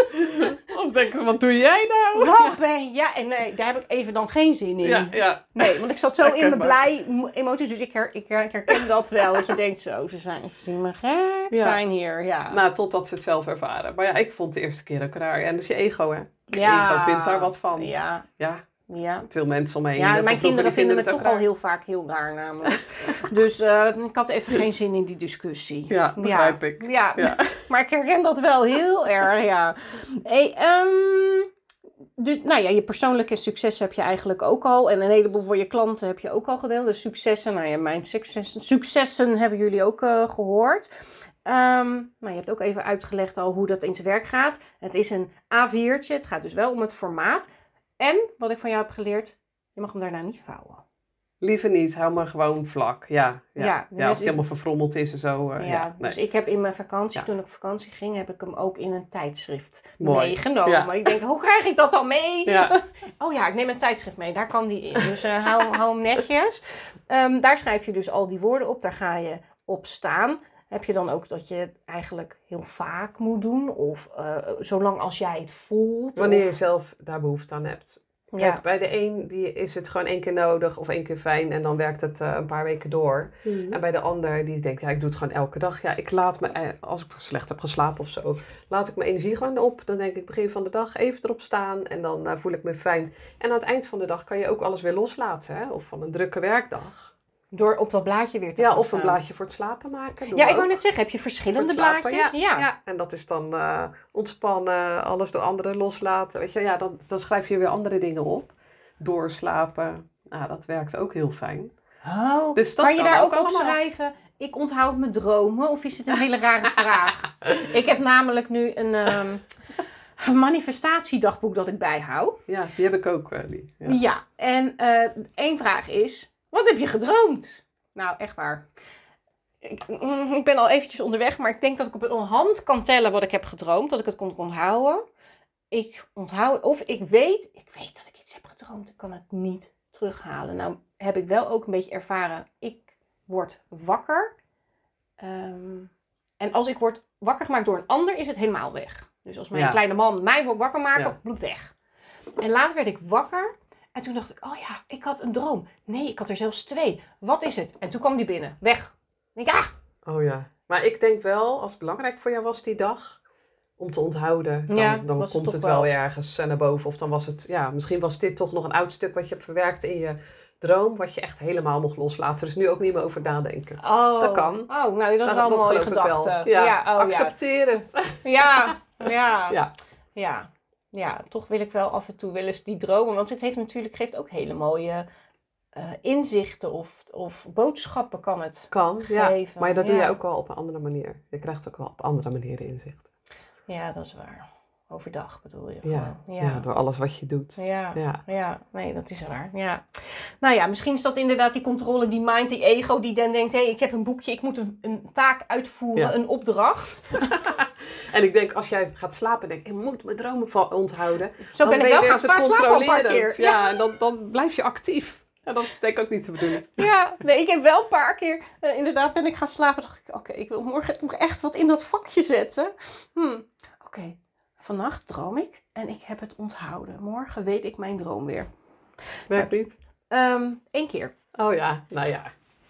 Als denken ze, wat doe jij nou? Wat ben je? Ja, en nee, daar heb ik even dan geen zin in. Ja, ja. Nee, want ik zat zo in mijn Herkenbaar. blij mo- emoties, dus ik, her, ik, her, ik herken dat wel. Dat je denkt zo, ze zijn, ze zien me gek Ja. zijn hier, ja. Nou, totdat ze het zelf ervaren. Maar ja, ik vond het de eerste keer ook raar. En dus je ego, hè? Je Ja. ego vindt daar wat van. Ja, Ja, ja. veel mensen omheen. Ja, Heel mijn veel kinderen vroeger, vinden die me het toch ook al heel vaak heel raar namelijk. Dus uh, ik had even geen zin in die discussie. Ja, begrijp ik. Ja, Ja. maar ik herken dat wel heel erg, ja. Hey, um, dus, nou ja, je persoonlijke succes heb je eigenlijk ook al. En een heleboel voor je klanten heb je ook al gedeeld. Dus successen, nou ja, mijn successen, successen hebben jullie ook uh, gehoord. Um, nou, je hebt ook even uitgelegd al hoe dat in zijn werk gaat. Het is een A viertje, het gaat dus wel om het formaat. En, wat ik van jou heb geleerd, je mag hem daarna niet vouwen. Liever niet, hou maar gewoon vlak. Ja, ja. Ja, ja, als het helemaal verfrommeld is en zo. Uh, Ja, ja, nee. dus ik heb in mijn vakantie, Ja. toen ik op vakantie ging, heb ik hem ook in een tijdschrift Mooi. meegenomen. Ja. Maar ik denk, hoe krijg ik dat dan mee? Ja. Oh ja, ik neem een tijdschrift mee, daar kan die in. Dus uh, hou, hou hem netjes. Um, daar schrijf je dus al die woorden op, daar ga je op staan. Heb je dan ook dat je het eigenlijk heel vaak moet doen? Of uh, zolang als jij het voelt? Wanneer je of... zelf daar behoefte aan hebt. Kijk, Ja. bij de een die is het gewoon één keer nodig of één keer fijn en dan werkt het uh, een paar weken door. Mm. En bij de ander die denkt, ja, ik doe het gewoon elke dag. Ja, ik laat me, eh, als ik slecht heb geslapen of zo, laat ik mijn energie gewoon op. Dan denk ik begin van de dag even erop staan en dan uh, voel ik me fijn. En aan het eind van de dag kan je ook alles weer loslaten, hè? Of van een drukke werkdag. Door op dat blaadje weer te Ja, gaan of staan. een blaadje voor het slapen maken. Doen Ja, we ik wou ook. net zeggen, heb je Voor verschillende het slapen, blaadjes? Ja, ja. En dat is dan uh, ontspannen, alles door anderen loslaten. Weet je, ja, dan, dan schrijf je weer andere dingen op. Doorslapen, nou, dat werkt ook heel fijn. Oh, Dus dat kan je kan daar ook ook op allemaal. schrijven, ik onthoud mijn dromen? Of is het een hele rare vraag? Ik heb namelijk nu een um, manifestatiedagboek dat ik bijhoud. Ja, die heb ik ook, uh, die. Ja. Ja, en uh, één vraag is, wat heb je gedroomd? Nou, echt waar. Ik, mm, ik ben al eventjes onderweg, maar ik denk dat ik op een hand kan tellen wat ik heb gedroomd. Dat ik het kon onthouden. Ik onthoud, of ik weet, ik weet dat ik iets heb gedroomd. Ik kan het niet terughalen. Nou, heb ik wel ook een beetje ervaren. Ik word wakker. Um, en als ik word wakker gemaakt door een ander, is het helemaal weg. Dus als mijn Ja. kleine man mij wordt wakker maken, Ja. bloed weg. En later werd ik wakker. En toen dacht ik, oh ja, ik had een droom. Nee, ik had er zelfs twee. Wat is het? En toen kwam die binnen. Weg. Ik denk, ah! Oh ja. Maar ik denk wel, als het belangrijk voor jou was die dag, om te onthouden, dan, Ja, dan was het komt het toch wel wel. weer ergens eh, naar boven. Of dan was het, ja, misschien was dit toch nog een oud stuk wat je hebt verwerkt in je droom, wat je echt helemaal mocht loslaten. Dus nu ook niet meer over nadenken. Oh. Dat kan. Oh, nou, dat is wel een mooie geloof ik gedachte. wel. Ja, Ja, oh, accepteren. ja. Ja, ja, Ja. ja. Ja, toch wil ik wel af en toe wel eens die dromen. Want het heeft natuurlijk, geeft ook hele mooie uh, inzichten of, of boodschappen kan het Kan, geven. ja. Maar dat doe ja. je ook wel op een andere manier. Je krijgt ook wel op andere manieren inzicht. Ja, dat is waar. Overdag bedoel je. Ja, ja. ja, door alles wat je doet. Ja, ja. ja, nee, dat is waar. Ja. Nou ja, misschien is dat inderdaad die controle, die mind, die ego, die dan denkt, hé, hey, ik heb een boekje, ik moet een, een taak uitvoeren, ja. een opdracht. En ik denk, als jij gaat slapen, denk ik, ik moet mijn dromen onthouden. Zo ben ik wel gaan slapen al een paar keer. Ja, ja en dan, dan blijf je actief. Ja, dat is denk ik ook niet te bedoelen. Ja, nee, ik heb wel een paar keer, uh, inderdaad ben ik gaan slapen. Dacht ik, oké, okay, ik wil morgen toch echt wat in dat vakje zetten. Hm, oké, okay. Vannacht droom ik en ik heb het onthouden. Morgen weet ik mijn droom weer. Werkt niet? Um, Eén keer. Oh ja, nou ja.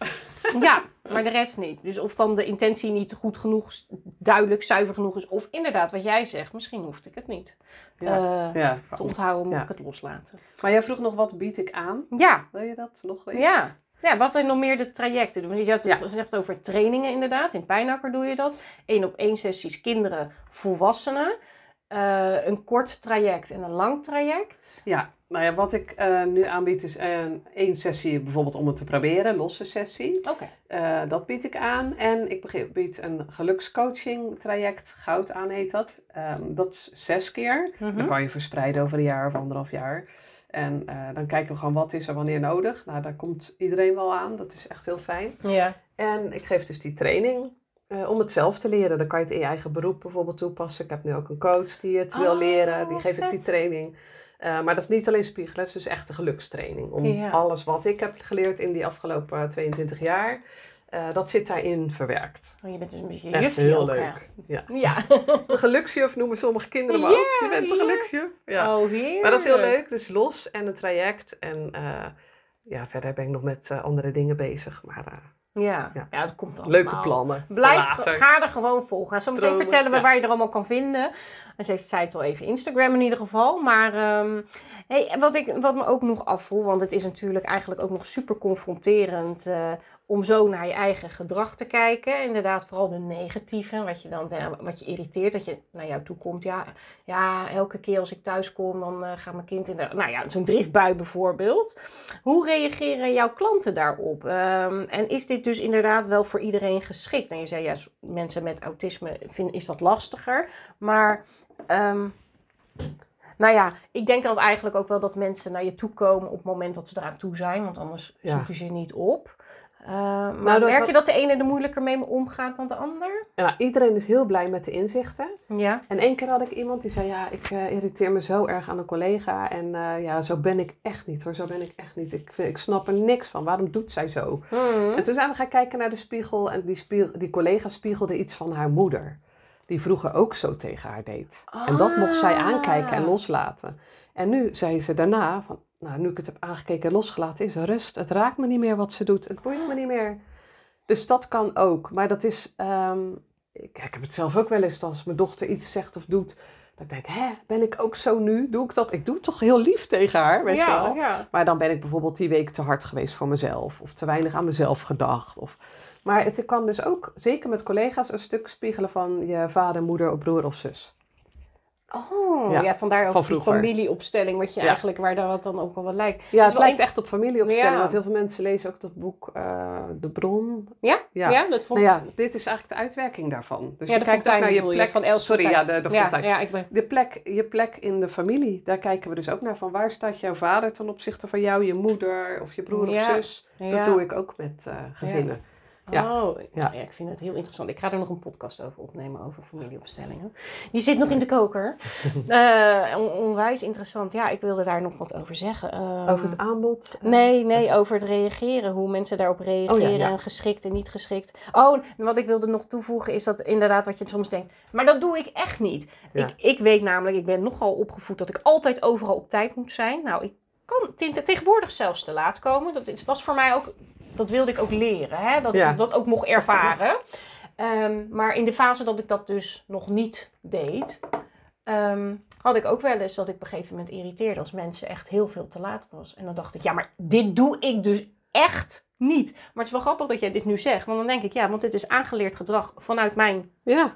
Ja, maar de rest niet. Dus of dan de intentie niet goed genoeg, duidelijk, zuiver genoeg is. Of inderdaad, wat jij zegt, misschien hoefde ik het niet. Ja, uh, ja. Te onthouden, moet ja. ik het loslaten. Maar jij vroeg nog, wat bied ik aan? Ja. Wil je dat nog weten? Ja. Ja, wat zijn nog meer de trajecten? Je had het ja. gezegd over trainingen inderdaad. In Pijnakker doe je dat. Eén op één sessies kinderen, volwassenen. Uh, een kort traject en een lang traject. Ja, nou ja, wat ik uh, nu aanbied is uh, één sessie bijvoorbeeld om het te proberen, losse sessie. Oké. Okay. Uh, dat bied ik aan. En ik bied een gelukscoaching traject, goud aan heet dat. Um, dat is zes keer. Mm-hmm. Dan kan je verspreiden over een jaar of anderhalf jaar. En uh, dan kijken we gewoon wat is er wanneer nodig. Nou, daar komt iedereen wel aan. Dat is echt heel fijn. Ja. En ik geef dus die training. Uh, om het zelf te leren. Dan kan je het in je eigen beroep bijvoorbeeld toepassen. Ik heb nu ook een coach die het oh, wil leren. Die geef vet. ik die training. Uh, maar dat is niet alleen spiegelen. Het is dus echt een gelukstraining. Om ja. alles wat ik heb geleerd in die afgelopen tweeëntwintig jaar. Uh, dat zit daarin verwerkt. Oh, je bent dus een beetje echt jufje heel ook, leuk. Ja. Ja. Een geluksjuf noemen sommige kinderen maar yeah, ook. Je bent een yeah. geluksjuf. Ja. Oh, heerlijk. Maar dat is heel leuk. Dus los en een traject. En uh, ja, verder ben ik nog met uh, andere dingen bezig. Maar... Uh, Ja, ja. ja, dat komt allemaal. Leuke plannen. Blijf, ga er gewoon volgen. Zo meteen Dromen, vertellen we ja. waar je er allemaal kan vinden. En ze heeft zei het al even, Instagram in ieder geval. Maar um, hey, wat, ik, wat me ook nog afvoel, want het is natuurlijk eigenlijk ook nog super confronterend uh, om zo naar je eigen gedrag te kijken. Inderdaad, vooral de negatieve, wat je dan wat je irriteert, dat je naar jou toe komt. Ja, ja elke keer als ik thuis kom, dan uh, gaat mijn kind in de... Nou ja, zo'n driftbui bijvoorbeeld. Hoe reageren jouw klanten daarop? Um, en is dit dus inderdaad wel voor iedereen geschikt? En je zei, ja, mensen met autisme vinden, is dat lastiger. Maar... Um, Nou ja, ik denk dat eigenlijk ook wel dat mensen naar je toe komen op het moment dat ze eraan toe zijn. Want anders ja. zoeken ze je niet op. Uh, maar nou, merk dat, je dat de ene er moeilijker mee omgaat dan de ander? Ja, iedereen is heel blij met de inzichten. Ja. En één keer had ik iemand die zei, ja, ik uh, irriteer me zo erg aan een collega. En uh, ja, zo ben ik echt niet hoor, zo ben ik echt niet. Ik, ik snap er niks van, waarom doet zij zo? Mm-hmm. En toen zijn we gaan kijken naar de spiegel. En die, spiegel, die collega spiegelde iets van haar moeder. Die vroeger ook zo tegen haar deed. Ah. En dat mocht zij aankijken en loslaten. En nu zei ze daarna, van, nou, nu ik het heb aangekeken en losgelaten, is er rust. Het raakt me niet meer wat ze doet. Het boeit me niet meer. Dus dat kan ook. Maar dat is, um, ik, ik heb het zelf ook wel eens, als mijn dochter iets zegt of doet, dat ik denk, hè, ben ik ook zo nu? Doe ik dat? Ik doe het toch heel lief tegen haar, weet ja, je wel. Ja. Maar dan ben ik bijvoorbeeld die week te hard geweest voor mezelf. Of te weinig aan mezelf gedacht. Of... Maar het kan dus ook, zeker met collega's, een stuk spiegelen van je vader, moeder of broer of zus. Oh, ja, ja vandaar ook van die familieopstelling, wat je ja. eigenlijk, waar dat dan ook wel wat lijkt. Ja, het, het lijkt een... echt op familieopstelling, ja. want heel veel mensen lezen ook dat boek uh, De Bron. Ja? Ja, ja dat vond ik. Nou ja, dit is eigenlijk de uitwerking daarvan. Dus ja, je kijkt ook naar je plek. Je, van Els Sorry, ja, de, de ja, Fontijn. Ja, ik ben... De plek, je plek in de familie, daar kijken we dus ook naar van waar staat jouw vader ten opzichte van jou, je moeder of je broer ja. of zus. Dat ja. doe ik ook met uh, gezinnen. Ja. Ja. Oh, ja. ja, ik vind het heel interessant. Ik ga er nog een podcast over opnemen, over familieopstellingen. Die zit nog in de koker. uh, on- onwijs interessant. Ja, ik wilde daar nog wat over zeggen. Um, over het aanbod? Uh, nee, nee, over het reageren. Hoe mensen daarop reageren. Oh, ja, ja. En geschikt en niet geschikt. Oh, wat ik wilde nog toevoegen is dat inderdaad wat je soms denkt. Maar dat doe ik echt niet. Ja. Ik, ik weet namelijk, ik ben nogal opgevoed dat ik altijd overal op tijd moet zijn. Nou, ik kan te- tegenwoordig zelfs te laat komen. Dat is, was voor mij ook, dat wilde ik ook leren. Hè? Dat Ja. ik dat ook mocht ervaren. Um, maar in de fase dat ik dat dus nog niet deed, um, had ik ook wel eens dat ik op een gegeven moment irriteerde als mensen echt heel veel te laat was. En dan dacht ik, ja, maar dit doe ik dus echt niet. Maar het is wel grappig dat jij dit nu zegt. Want dan denk ik, ja, want dit is aangeleerd gedrag vanuit mijn Ja,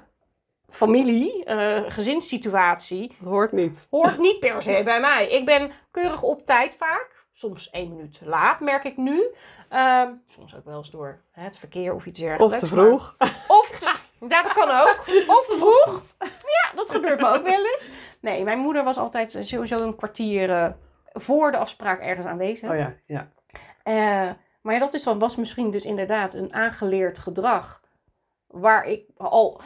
familie, uh, gezinssituatie. dat hoort niet. Hoort niet per se bij mij. Ik ben keurig op tijd vaak. Soms één minuut te laat, merk ik nu. Um, soms ook wel eens door hè, het verkeer of iets dergelijks. Of te vroeg. Maar, of te, ja, dat kan ook. Of te vroeg. Ja, dat gebeurt me ook wel eens. Nee, mijn moeder was altijd sowieso een kwartier uh, voor de afspraak ergens aanwezig. Oh ja, ja. Uh, maar ja, dat is dan, was misschien dus inderdaad een aangeleerd gedrag. Waar ik al...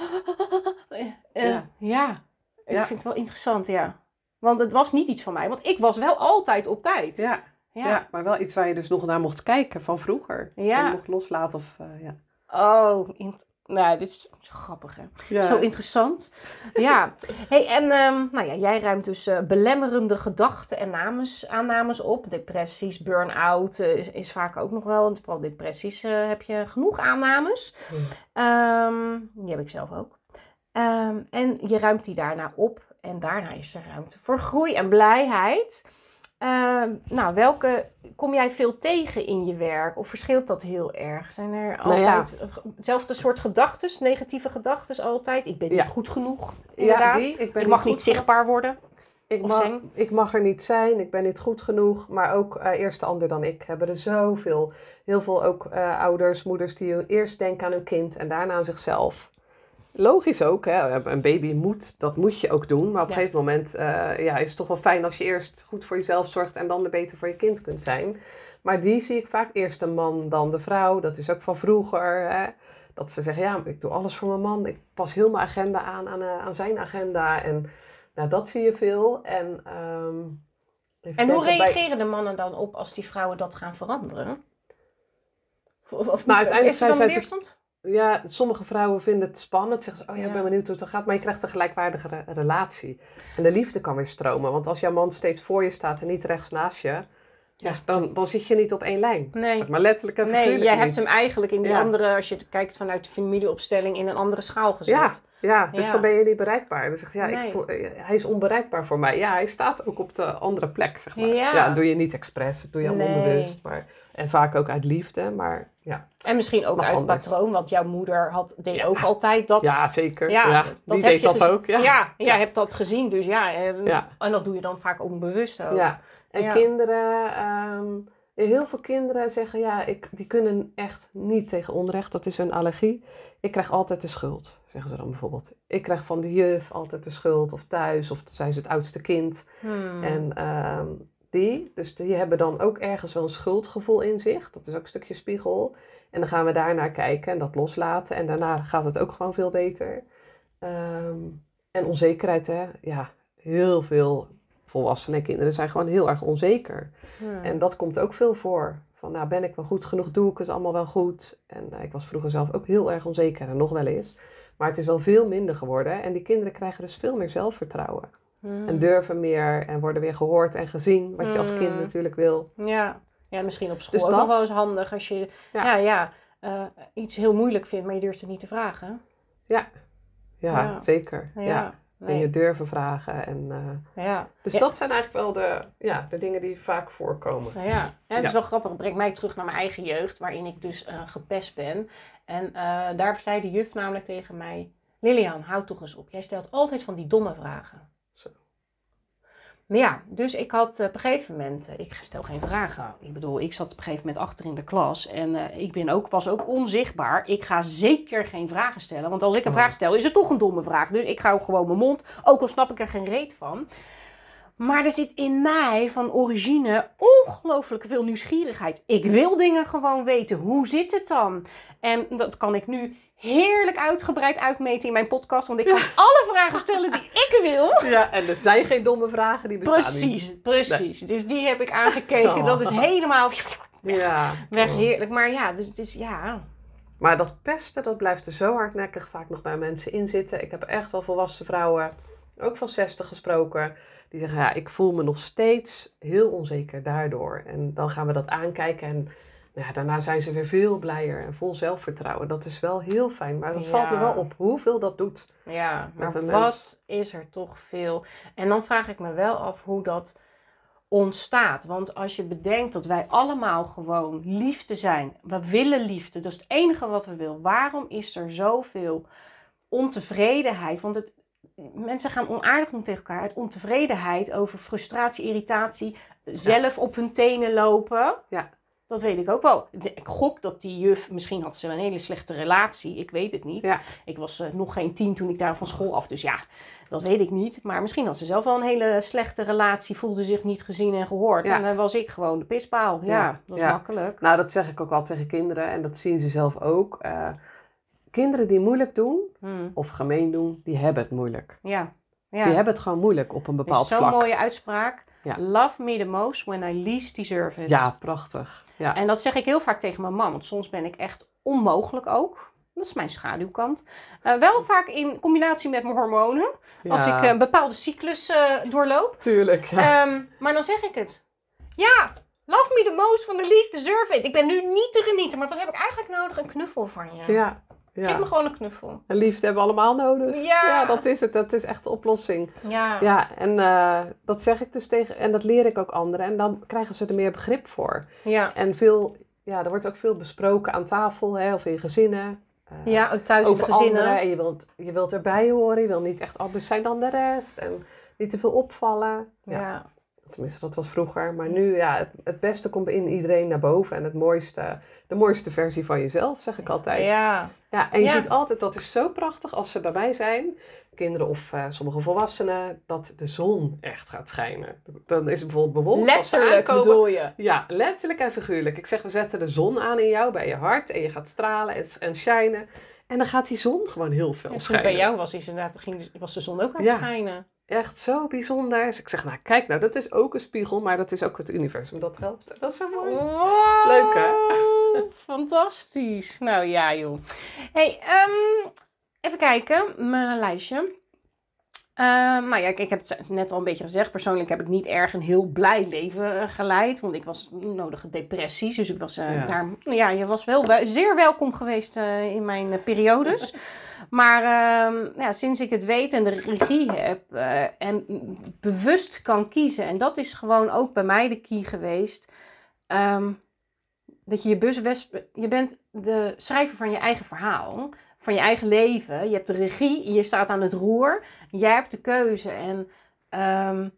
uh, ja. ja, ik ja. vind het wel interessant, ja. Want het was niet iets van mij. Want ik was wel altijd op tijd. Ja. Ja. Ja, maar wel iets waar je dus nog naar mocht kijken van vroeger. Ja. En mocht loslaten of, uh, ja. Oh, in, nou, dit is zo grappig, hè. Ja. Zo interessant. Ja. Hey, en um, nou ja, jij ruimt dus uh, belemmerende gedachten en names, aannames op. Depressies, burn-out uh, is, is vaak ook nog wel. Want vooral depressies uh, heb je genoeg aannames. Hmm. Um, die heb ik zelf ook. Um, en je ruimt die daarna op. En daarna is er ruimte voor groei en blijheid. Uh, nou, welke kom jij veel tegen in je werk? Of verschilt dat heel erg? Zijn er altijd nou ja. hetzelfde soort gedachten, negatieve gedachten altijd? Ik ben niet ja. goed genoeg, inderdaad. Ja, die, ik, ben ik mag niet, niet zichtbaar worden. Ik mag, ik mag er niet zijn, ik ben niet goed genoeg. Maar ook uh, eerst de ander dan ik hebben er zoveel. Heel veel ook uh, ouders, moeders die eerst denken aan hun kind en daarna aan zichzelf. Logisch ook, hè? Een baby moet, dat moet je ook doen. Maar op een ja. gegeven moment uh, ja, is het toch wel fijn als je eerst goed voor jezelf zorgt en dan er beter voor je kind kunt zijn. Maar die zie ik vaak eerst de man, dan de vrouw. Dat is ook van vroeger. Hè? Dat ze zeggen, ja, ik doe alles voor mijn man. Ik pas heel mijn agenda aan, aan, uh, aan zijn agenda. En nou, dat zie je veel. En, um, en hoe reageren bij... de mannen dan op als die vrouwen dat gaan veranderen? Of, of maar uiteindelijk zijn zij weerstand? Ja, sommige vrouwen vinden het spannend. Zeggen ze, oh ja, ik ben benieuwd hoe het gaat. Maar je krijgt een gelijkwaardige re- relatie. En de liefde kan weer stromen. Want als jouw man steeds voor je staat en niet rechts naast je... Ja, dan, dan zit je niet op één lijn. Nee. Zeg maar letterlijk en figuurlijk Nee, jij niet. hebt hem eigenlijk in die ja. andere... Als je kijkt vanuit de familieopstelling in een andere schaal gezet. Ja, ja dus ja. dan ben je niet bereikbaar. Dan zegt ja, nee. ik voel, hij is onbereikbaar voor mij. Ja, hij staat ook op de andere plek, zeg maar. Ja, ja dat doe je niet expres. Dat doe je nee. onbewust. Maar, en vaak ook uit liefde, maar ja. En misschien ook uit anders. patroon, want jouw moeder had, deed ja. ook altijd dat. Ja, zeker. Ja, ja, dat die deed dat gezien. ook. Ja, ja jij ja. hebt dat gezien, dus ja en, ja. en dat doe je dan vaak onbewust ook. Ja, en ja. kinderen... Um, heel veel kinderen zeggen, ja, ik, die kunnen echt niet tegen onrecht. Dat is een allergie. Ik krijg altijd de schuld, zeggen ze dan bijvoorbeeld. Ik krijg van de juf altijd de schuld, of thuis, of zijn ze het oudste kind. Hmm. En um, die, dus die hebben dan ook ergens wel een schuldgevoel in zich. Dat is ook een stukje spiegel. En dan gaan we daarnaar kijken en dat loslaten. En daarna gaat het ook gewoon veel beter. Um, en onzekerheid, hè. Ja, heel veel volwassenen en kinderen zijn gewoon heel erg onzeker. Hmm. En dat komt ook veel voor. Van, nou, ben ik wel goed genoeg? Doe ik het allemaal wel goed? En uh, ik was vroeger zelf ook heel erg onzeker en nog wel eens. Maar het is wel veel minder geworden. En die kinderen krijgen dus veel meer zelfvertrouwen. Hmm. En durven meer en worden weer gehoord en gezien. Wat je als kind hmm. natuurlijk wil. Ja. ja, misschien op school dus ook dat, nog wel eens handig. Als je ja. Ja, ja, uh, iets heel moeilijk vindt, maar je durft het niet te vragen. Ja, ja, ja. zeker. Ja. ja. Nee. En je durven vragen. En, uh, ja. Dus ja. dat zijn eigenlijk wel de, ja, de dingen die vaak voorkomen. Ja, ja. ja het is ja. wel grappig. Het brengt mij terug naar mijn eigen jeugd. Waarin ik dus uh, gepest ben. En uh, daar zei de juf namelijk tegen mij. Lilian, houd toch eens op. Jij stelt altijd van die domme vragen. Zo. Maar ja, dus ik had uh, op een gegeven moment... Uh, ik stel geen vragen. Ik bedoel, ik zat op een gegeven moment achter in de klas. En uh, ik ben ook, was ook onzichtbaar. Ik ga zeker geen vragen stellen. Want als ik een oh. vraag stel, is het toch een domme vraag. Dus ik hou gewoon mijn mond. Ook al snap ik er geen reet van. Maar er zit in mij van origine ongelooflijk veel nieuwsgierigheid. Ik wil dingen gewoon weten. Hoe zit het dan? En dat kan ik nu heerlijk uitgebreid uitmeten in mijn podcast. Want ik kan alle vragen stellen die ik wil. Ja, en er zijn geen domme vragen, die bestaan precies, niet. Precies, nee. Dus die heb ik aangekeken. Oh. Dat is helemaal ja. weg heerlijk. Maar ja, dus het is ja... Maar dat pesten, dat blijft er zo hardnekkig vaak nog bij mensen in zitten. Ik heb echt wel volwassen vrouwen ook van zestig gesproken, die zeggen, ja, ik voel me nog steeds heel onzeker daardoor. En dan gaan we dat aankijken en nou ja, daarna zijn ze weer veel blijer en vol zelfvertrouwen. Dat is wel heel fijn, maar dat Ja. valt me wel op hoeveel dat doet. Ja, Met maar een wat mens. is er toch veel. En dan vraag ik me wel af hoe dat ontstaat. Want als je bedenkt dat wij allemaal gewoon liefde zijn. We willen liefde. Dat is het enige wat we willen. Waarom is er zoveel ontevredenheid? Want het, mensen gaan onaardig doen tegen elkaar. Uit ontevredenheid over frustratie, irritatie. Zelf op hun tenen lopen. Ja. Dat weet ik ook wel. De- Ik gok dat die juf, misschien had ze een hele slechte relatie. Ik weet het niet. Ja. Ik was uh, nog geen tien toen ik daar van school af. Dus ja, dat weet ik niet. Maar misschien had ze zelf wel een hele slechte relatie. Voelde zich niet gezien en gehoord. Ja. En dan was ik gewoon de pispaal. Ja, Ja. dat is Ja. makkelijk. Nou, dat zeg ik ook al tegen kinderen en dat zien ze zelf ook. Uh, kinderen die moeilijk doen Hmm. of gemeen doen, die hebben het moeilijk. Ja. ja. Die hebben het gewoon moeilijk op een Dat bepaald is zo'n vlak. mooie uitspraak. Ja. Love me the most when I least deserve it. Ja, prachtig. Ja. En dat zeg ik heel vaak tegen mijn man. Want soms ben ik echt onmogelijk ook. Dat is mijn schaduwkant. Uh, wel vaak in combinatie met mijn hormonen. Ja. Als ik een bepaalde cyclus uh, doorloop. Tuurlijk. Ja. Um, maar dan zeg ik het. Ja, love me the most when I least deserve it. Ik ben nu niet te genieten. Maar wat heb ik eigenlijk nodig? Een knuffel van je. Ja. Ja. Geef me gewoon een knuffel. En liefde hebben we allemaal nodig. Ja. Ja, dat is het. Dat is echt de oplossing. Ja. Ja, en uh, dat zeg ik dus tegen... En dat leer ik ook anderen. En dan krijgen ze er meer begrip voor. Ja. En veel... Ja, er wordt ook veel besproken aan tafel, hè, of in gezinnen. Uh, Ja, ook thuis in de over gezinnen. anderen. En je wilt, je wilt erbij horen. Je wilt niet echt anders zijn dan de rest. En niet te veel opvallen. Ja. Ja. Tenminste, dat was vroeger. Maar nu, ja, het, het beste komt in iedereen naar boven. En het mooiste, de mooiste versie van jezelf, zeg ik altijd. Ja. Ja, en je Ja. ziet altijd, dat is zo prachtig als ze bij mij zijn, kinderen of uh, sommige volwassenen, dat de zon echt gaat schijnen. Dan is het bijvoorbeeld bewolkt als ze Letterlijk aankomen. bedoel je? Ja, letterlijk en figuurlijk. Ik zeg, we zetten de zon aan in jou, bij je hart, en je gaat stralen en, en schijnen. En dan gaat die zon gewoon heel veel Ja, toen ik schijnen. bij jou was, is inderdaad, ging, was de zon ook aan het Ja. schijnen. Echt zo bijzonder. Dus ik zeg, nou kijk nou, dat is ook een spiegel, maar dat is ook het universum. Dat helpt. Dat is zo mooi. Wow. Leuk, hè? Fantastisch. Nou ja, joh. Hey, um, even kijken. Mijn lijstje. Uh, nou ja, ik, ik heb het net al een beetje gezegd. Persoonlijk heb ik niet erg een heel blij leven uh, geleid. Want ik was nodige depressies. Dus ik was uh, Ja. daar... Ja, je was wel wel- zeer welkom geweest uh, in mijn uh, periodes. Maar uh, ja, sinds ik het weet en de regie heb uh, en bewust kan kiezen. En dat is gewoon ook bij mij de key geweest. Um, dat je je bewust... Je bent de schrijver van je eigen verhaal. Van je eigen leven. Je hebt de regie. Je staat aan het roer. Jij hebt de keuze. En um,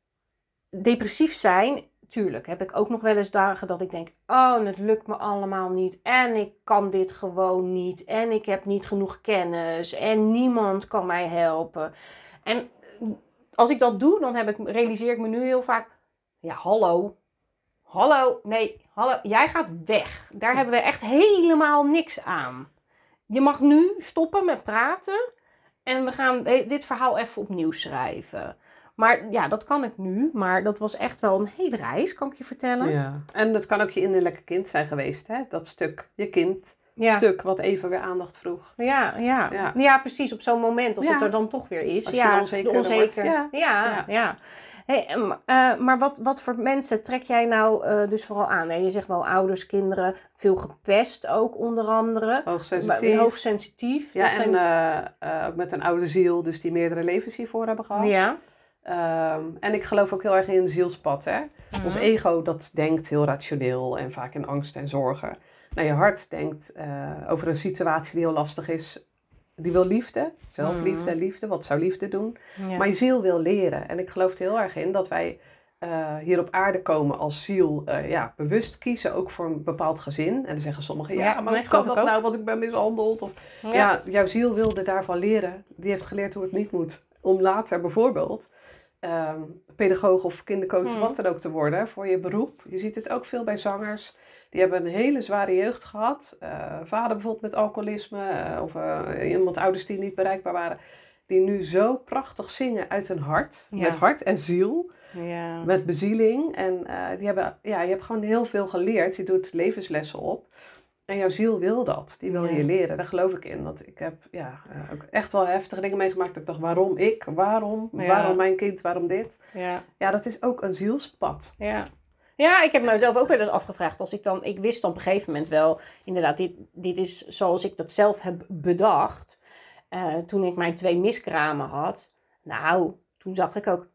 depressief zijn... Tuurlijk heb ik ook nog wel eens dagen dat ik denk... Oh, het lukt me allemaal niet. En ik kan dit gewoon niet. En ik heb niet genoeg kennis. En niemand kan mij helpen. En als ik dat doe, dan heb ik, realiseer ik me nu heel vaak... Ja, hallo. Hallo. Nee, hallo. Jij gaat weg. Daar hebben we echt helemaal niks aan. Je mag nu stoppen met praten. En we gaan dit verhaal even opnieuw schrijven. Maar ja, dat kan ik nu. Maar dat was echt wel een hele reis, kan ik je vertellen. Ja. En dat kan ook je innerlijke kind zijn geweest, hè? Dat stuk, je kind, Ja. stuk wat even weer aandacht vroeg. Ja, ja. Ja. ja precies. Op zo'n moment, als Ja. het er dan toch weer is. Als je ja, de onzeker de onzeker. wordt. Ja, Ja. ja. ja. Hey, um, uh, maar wat, wat voor mensen trek jij nou uh, dus vooral aan? Nee, je zegt wel ouders, kinderen, veel gepest ook onder andere. Hoogsensitief. Hoogsensitief. Ja, dat en zijn... uh, uh, ook met een oude ziel, dus die meerdere levens hiervoor hebben gehad. Ja. Um, en ik geloof ook heel erg in een zielspad, hè. Mm-hmm. Ons ego, dat denkt heel rationeel en vaak in angst en zorgen. Nou, je hart denkt uh, over een situatie die heel lastig is. Die wil liefde, zelfliefde, Mm. liefde. Wat zou liefde doen? Ja. Maar je ziel wil leren. En ik geloof er heel erg in dat wij uh, hier op aarde komen als ziel. Uh, ja, bewust kiezen, ook voor een bepaald gezin. En dan zeggen sommigen, ja, Ja, maar nee, hoe kan geloof dat ik ook. nou, want ik ben mishandeld? Of, Ja. ja, jouw ziel wilde daarvan leren. Die heeft geleerd hoe het niet moet. Om later bijvoorbeeld um, pedagoog of kindercoach, Hmm. wat dan ook te worden voor je beroep. Je ziet het ook veel bij zangers. Die hebben een hele zware jeugd gehad. Uh, vader bijvoorbeeld met alcoholisme. Uh, of uh, iemand ouders die niet bereikbaar waren. Die nu zo prachtig zingen uit hun hart. Ja. Met hart en ziel. Ja. Met bezieling. En uh, die hebben, ja, je hebt gewoon heel veel geleerd. Je doet levenslessen op. En jouw ziel wil dat. Die wil Ja. je leren. Daar geloof ik in. Want ik heb ja, uh, ook echt wel heftige dingen meegemaakt. Dat ik dacht, waarom ik? Waarom? Ja. Waarom mijn kind? Waarom dit? Ja. Ja, dat is ook een zielspad. Ja. Ja, ik heb mezelf ook wel eens afgevraagd. Als ik dan, ik wist dan op een gegeven moment wel, inderdaad, dit, dit is zoals ik dat zelf heb bedacht. Uh, toen ik mijn twee miskramen had. Nou, toen zag ik ook,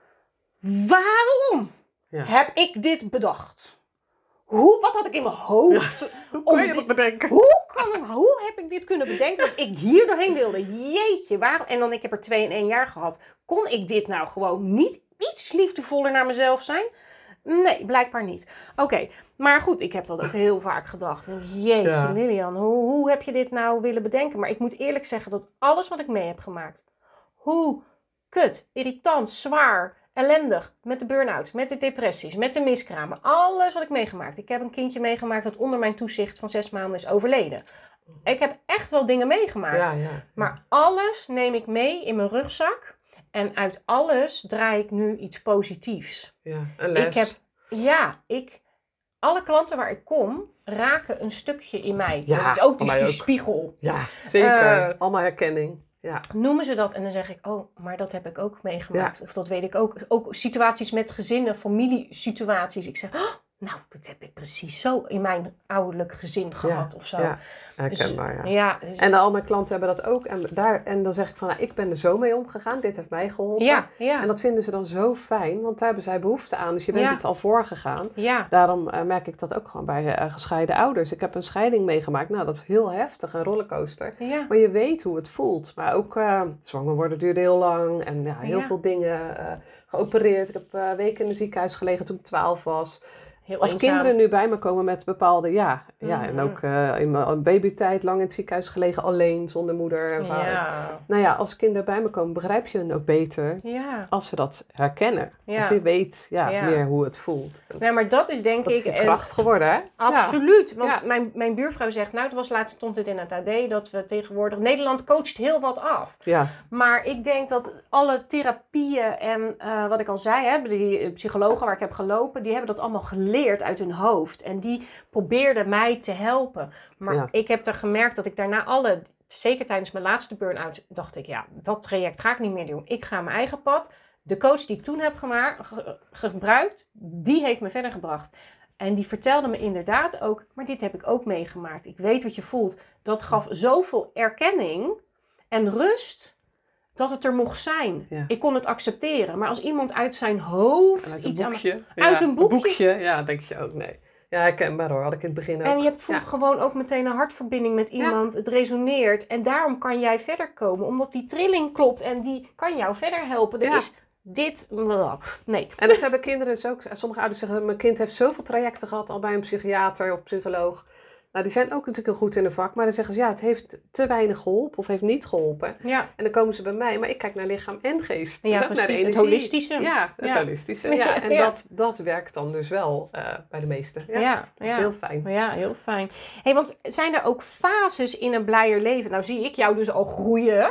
waarom Ja. heb ik dit bedacht? Hoe, wat had ik in mijn hoofd? Ja. Hoe kon je dit, dat bedenken? Hoe, kan, hoe heb ik dit kunnen bedenken dat ik hier doorheen wilde? Jeetje, waarom? En dan, ik heb er twee in één jaar gehad. Kon ik dit nou gewoon niet iets liefdevoller naar mezelf zijn? Nee, blijkbaar niet. Oké, okay, maar goed, ik heb dat ook heel vaak gedacht. Jeetje, ja. Lilian, hoe, hoe heb je dit nou willen bedenken? Maar ik moet eerlijk zeggen dat alles wat ik mee heb gemaakt, hoe kut, irritant, zwaar, ellendig, met de burn-out, met de depressies, met de miskramen, alles wat ik meegemaakt. Ik heb een kindje meegemaakt dat onder mijn toezicht van zes maanden is overleden. Ik heb echt wel dingen meegemaakt. Ja, ja, ja. Maar alles neem ik mee in mijn rugzak. En uit alles draai ik nu iets positiefs. Ja, een les. Ik heb, ja, ik, alle klanten waar ik kom, raken een stukje in mij. Ja, dat is ook die, mij die ook. spiegel. Ja, zeker. Uh, Allemaal herkenning. Ja. Noemen ze dat en dan zeg ik, oh, maar dat heb ik ook meegemaakt. Ja. Of dat weet ik ook. Ook situaties met gezinnen, familiesituaties. Ik zeg, oh, nou, dat heb ik precies zo in mijn ouderlijk gezin gehad ja, of zo. Ja, herkenbaar, dus, ja. ja dus, en al mijn klanten hebben dat ook. En, daar, en dan zeg ik van, nou, ik ben er zo mee omgegaan. Dit heeft mij geholpen. Ja, ja. En dat vinden ze dan zo fijn, want daar hebben zij behoefte aan. Dus je bent ja. het al voorgegaan. Ja. Daarom uh, merk ik dat ook gewoon bij uh, gescheiden ouders. Ik heb een scheiding meegemaakt. Nou, dat is heel heftig, een rollercoaster. Ja. Maar je weet hoe het voelt. Maar ook uh, zwanger worden duurde heel lang. En ja, heel ja. veel dingen uh, geopereerd. Ik heb uh, weken in het ziekenhuis gelegen toen ik twaalf was. Heel Als eenzaam. kinderen nu bij me komen met bepaalde, ja, Mm. ja en ook uh, in mijn babytijd lang in het ziekenhuis gelegen, alleen, zonder moeder en vader. Ja. Nou ja, als kinderen bij me komen, begrijp je hen ook beter Ja. als ze dat herkennen. Ja. Als je weet ja, Ja. meer hoe het voelt. Ja, maar dat is denk dat ik... is een kracht geworden, hè? Absoluut. Ja. Want Ja. mijn, mijn buurvrouw zegt, nou, het was laatst stond het in het A D, dat we tegenwoordig... Nederland coacht heel wat af. Ja. Maar ik denk dat alle therapieën en uh, wat ik al zei, hè, die psychologen waar ik heb gelopen, die hebben dat allemaal geleerd uit hun hoofd. En die probeerden mij te helpen. Maar Ja. ik heb er gemerkt dat ik daarna alle, zeker tijdens mijn laatste burn-out, dacht ik, ja, dat traject ga ik niet meer doen. Ik ga mijn eigen pad. De coach die ik toen heb gema- ge- gebruikt, die heeft me verder gebracht. En die vertelde me inderdaad ook, maar dit heb ik ook meegemaakt. Ik weet wat je voelt. Dat gaf zoveel erkenning en rust dat het er mocht zijn. Ja. Ik kon het accepteren. Maar als iemand uit zijn hoofd En uit een iets boekje. aan... Ja, Uit een boekje. boekje. Ja, denk je ook, nee. Ja, herkenbaar hoor. Had ik in het begin ook. En je voelt ja. gewoon ook meteen een hartverbinding met iemand. Ja. Het resoneert. En daarom kan jij verder komen. Omdat die trilling klopt. En die kan jou verder helpen. Er Ja. is dit... Nee. En dat hebben kinderen dus ook. Sommige ouders zeggen, mijn kind heeft zoveel trajecten gehad al bij een psychiater of psycholoog. Nou, die zijn ook natuurlijk heel goed in de vak. Maar dan zeggen ze, ja, het heeft te weinig geholpen of heeft niet geholpen. Ja. En dan komen ze bij mij. Maar ik kijk naar lichaam en geest. Ja, dus precies. naar de energie. Het holistische. Ja, het ja. holistische. Ja, en ja. Dat, dat werkt dan dus wel uh, bij de meesten. Ja, ja, dat is ja. heel fijn. Ja, heel fijn. Hey, want zijn er ook fases in een blijer leven? Nou zie ik jou dus al groeien.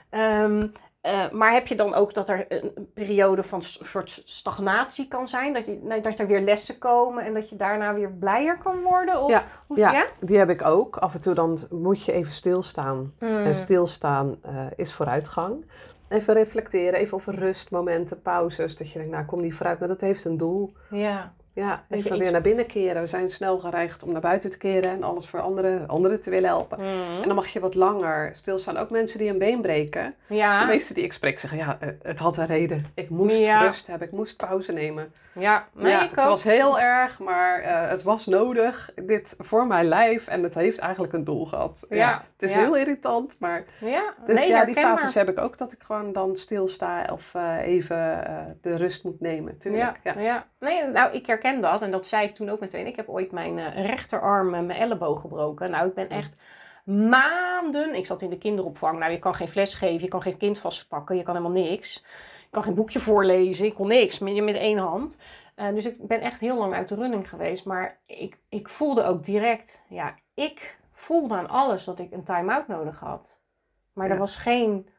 Um, Uh, maar heb je dan ook dat er een periode van een soort stagnatie kan zijn? Dat, je, dat er weer lessen komen en dat je daarna weer blijer kan worden? Of, ja, hoe, ja, ja, die heb ik ook. Af en toe dan moet je even stilstaan. Mm. En stilstaan uh, is vooruitgang. Even reflecteren, even over rustmomenten, pauzes. Dat je denkt, nou kom niet vooruit, maar dat heeft een doel. Ja. Ja, even weer iets... naar binnen keren. We zijn snel geneigd om naar buiten te keren en alles voor anderen, anderen te willen helpen. Mm. En dan mag je wat langer stilstaan. Ook mensen die een been breken. Ja. De meesten die ik spreek zeggen, ja, het had een reden. Ik moest ja. rust hebben, ik moest pauze nemen. Ja, nee, ja ik het ook. was heel erg, maar uh, het was nodig. Dit voor mijn lijf en het heeft eigenlijk een doel gehad. Ja, ja het is ja. heel irritant, maar... Ja, dus nee, ja, die fases heb ik ook, dat ik gewoon dan stilsta of uh, even uh, de rust moet nemen. Tuurlijk, ja, ja. ja. Nee, nou, ik herken dat en dat zei ik toen ook meteen. Ik heb ooit mijn uh, rechterarm, mijn elleboog gebroken. Nou, ik ben echt maanden... Ik zat in de kinderopvang. Nou, je kan geen fles geven, je kan geen kind vastpakken, je kan helemaal niks. Ik kan geen boekje voorlezen, ik kon niks, met, met één hand. Uh, dus ik ben echt heel lang uit de running geweest. Maar ik, ik voelde ook direct, ja, ik voelde aan alles dat ik een time-out nodig had. Maar ja. er was geen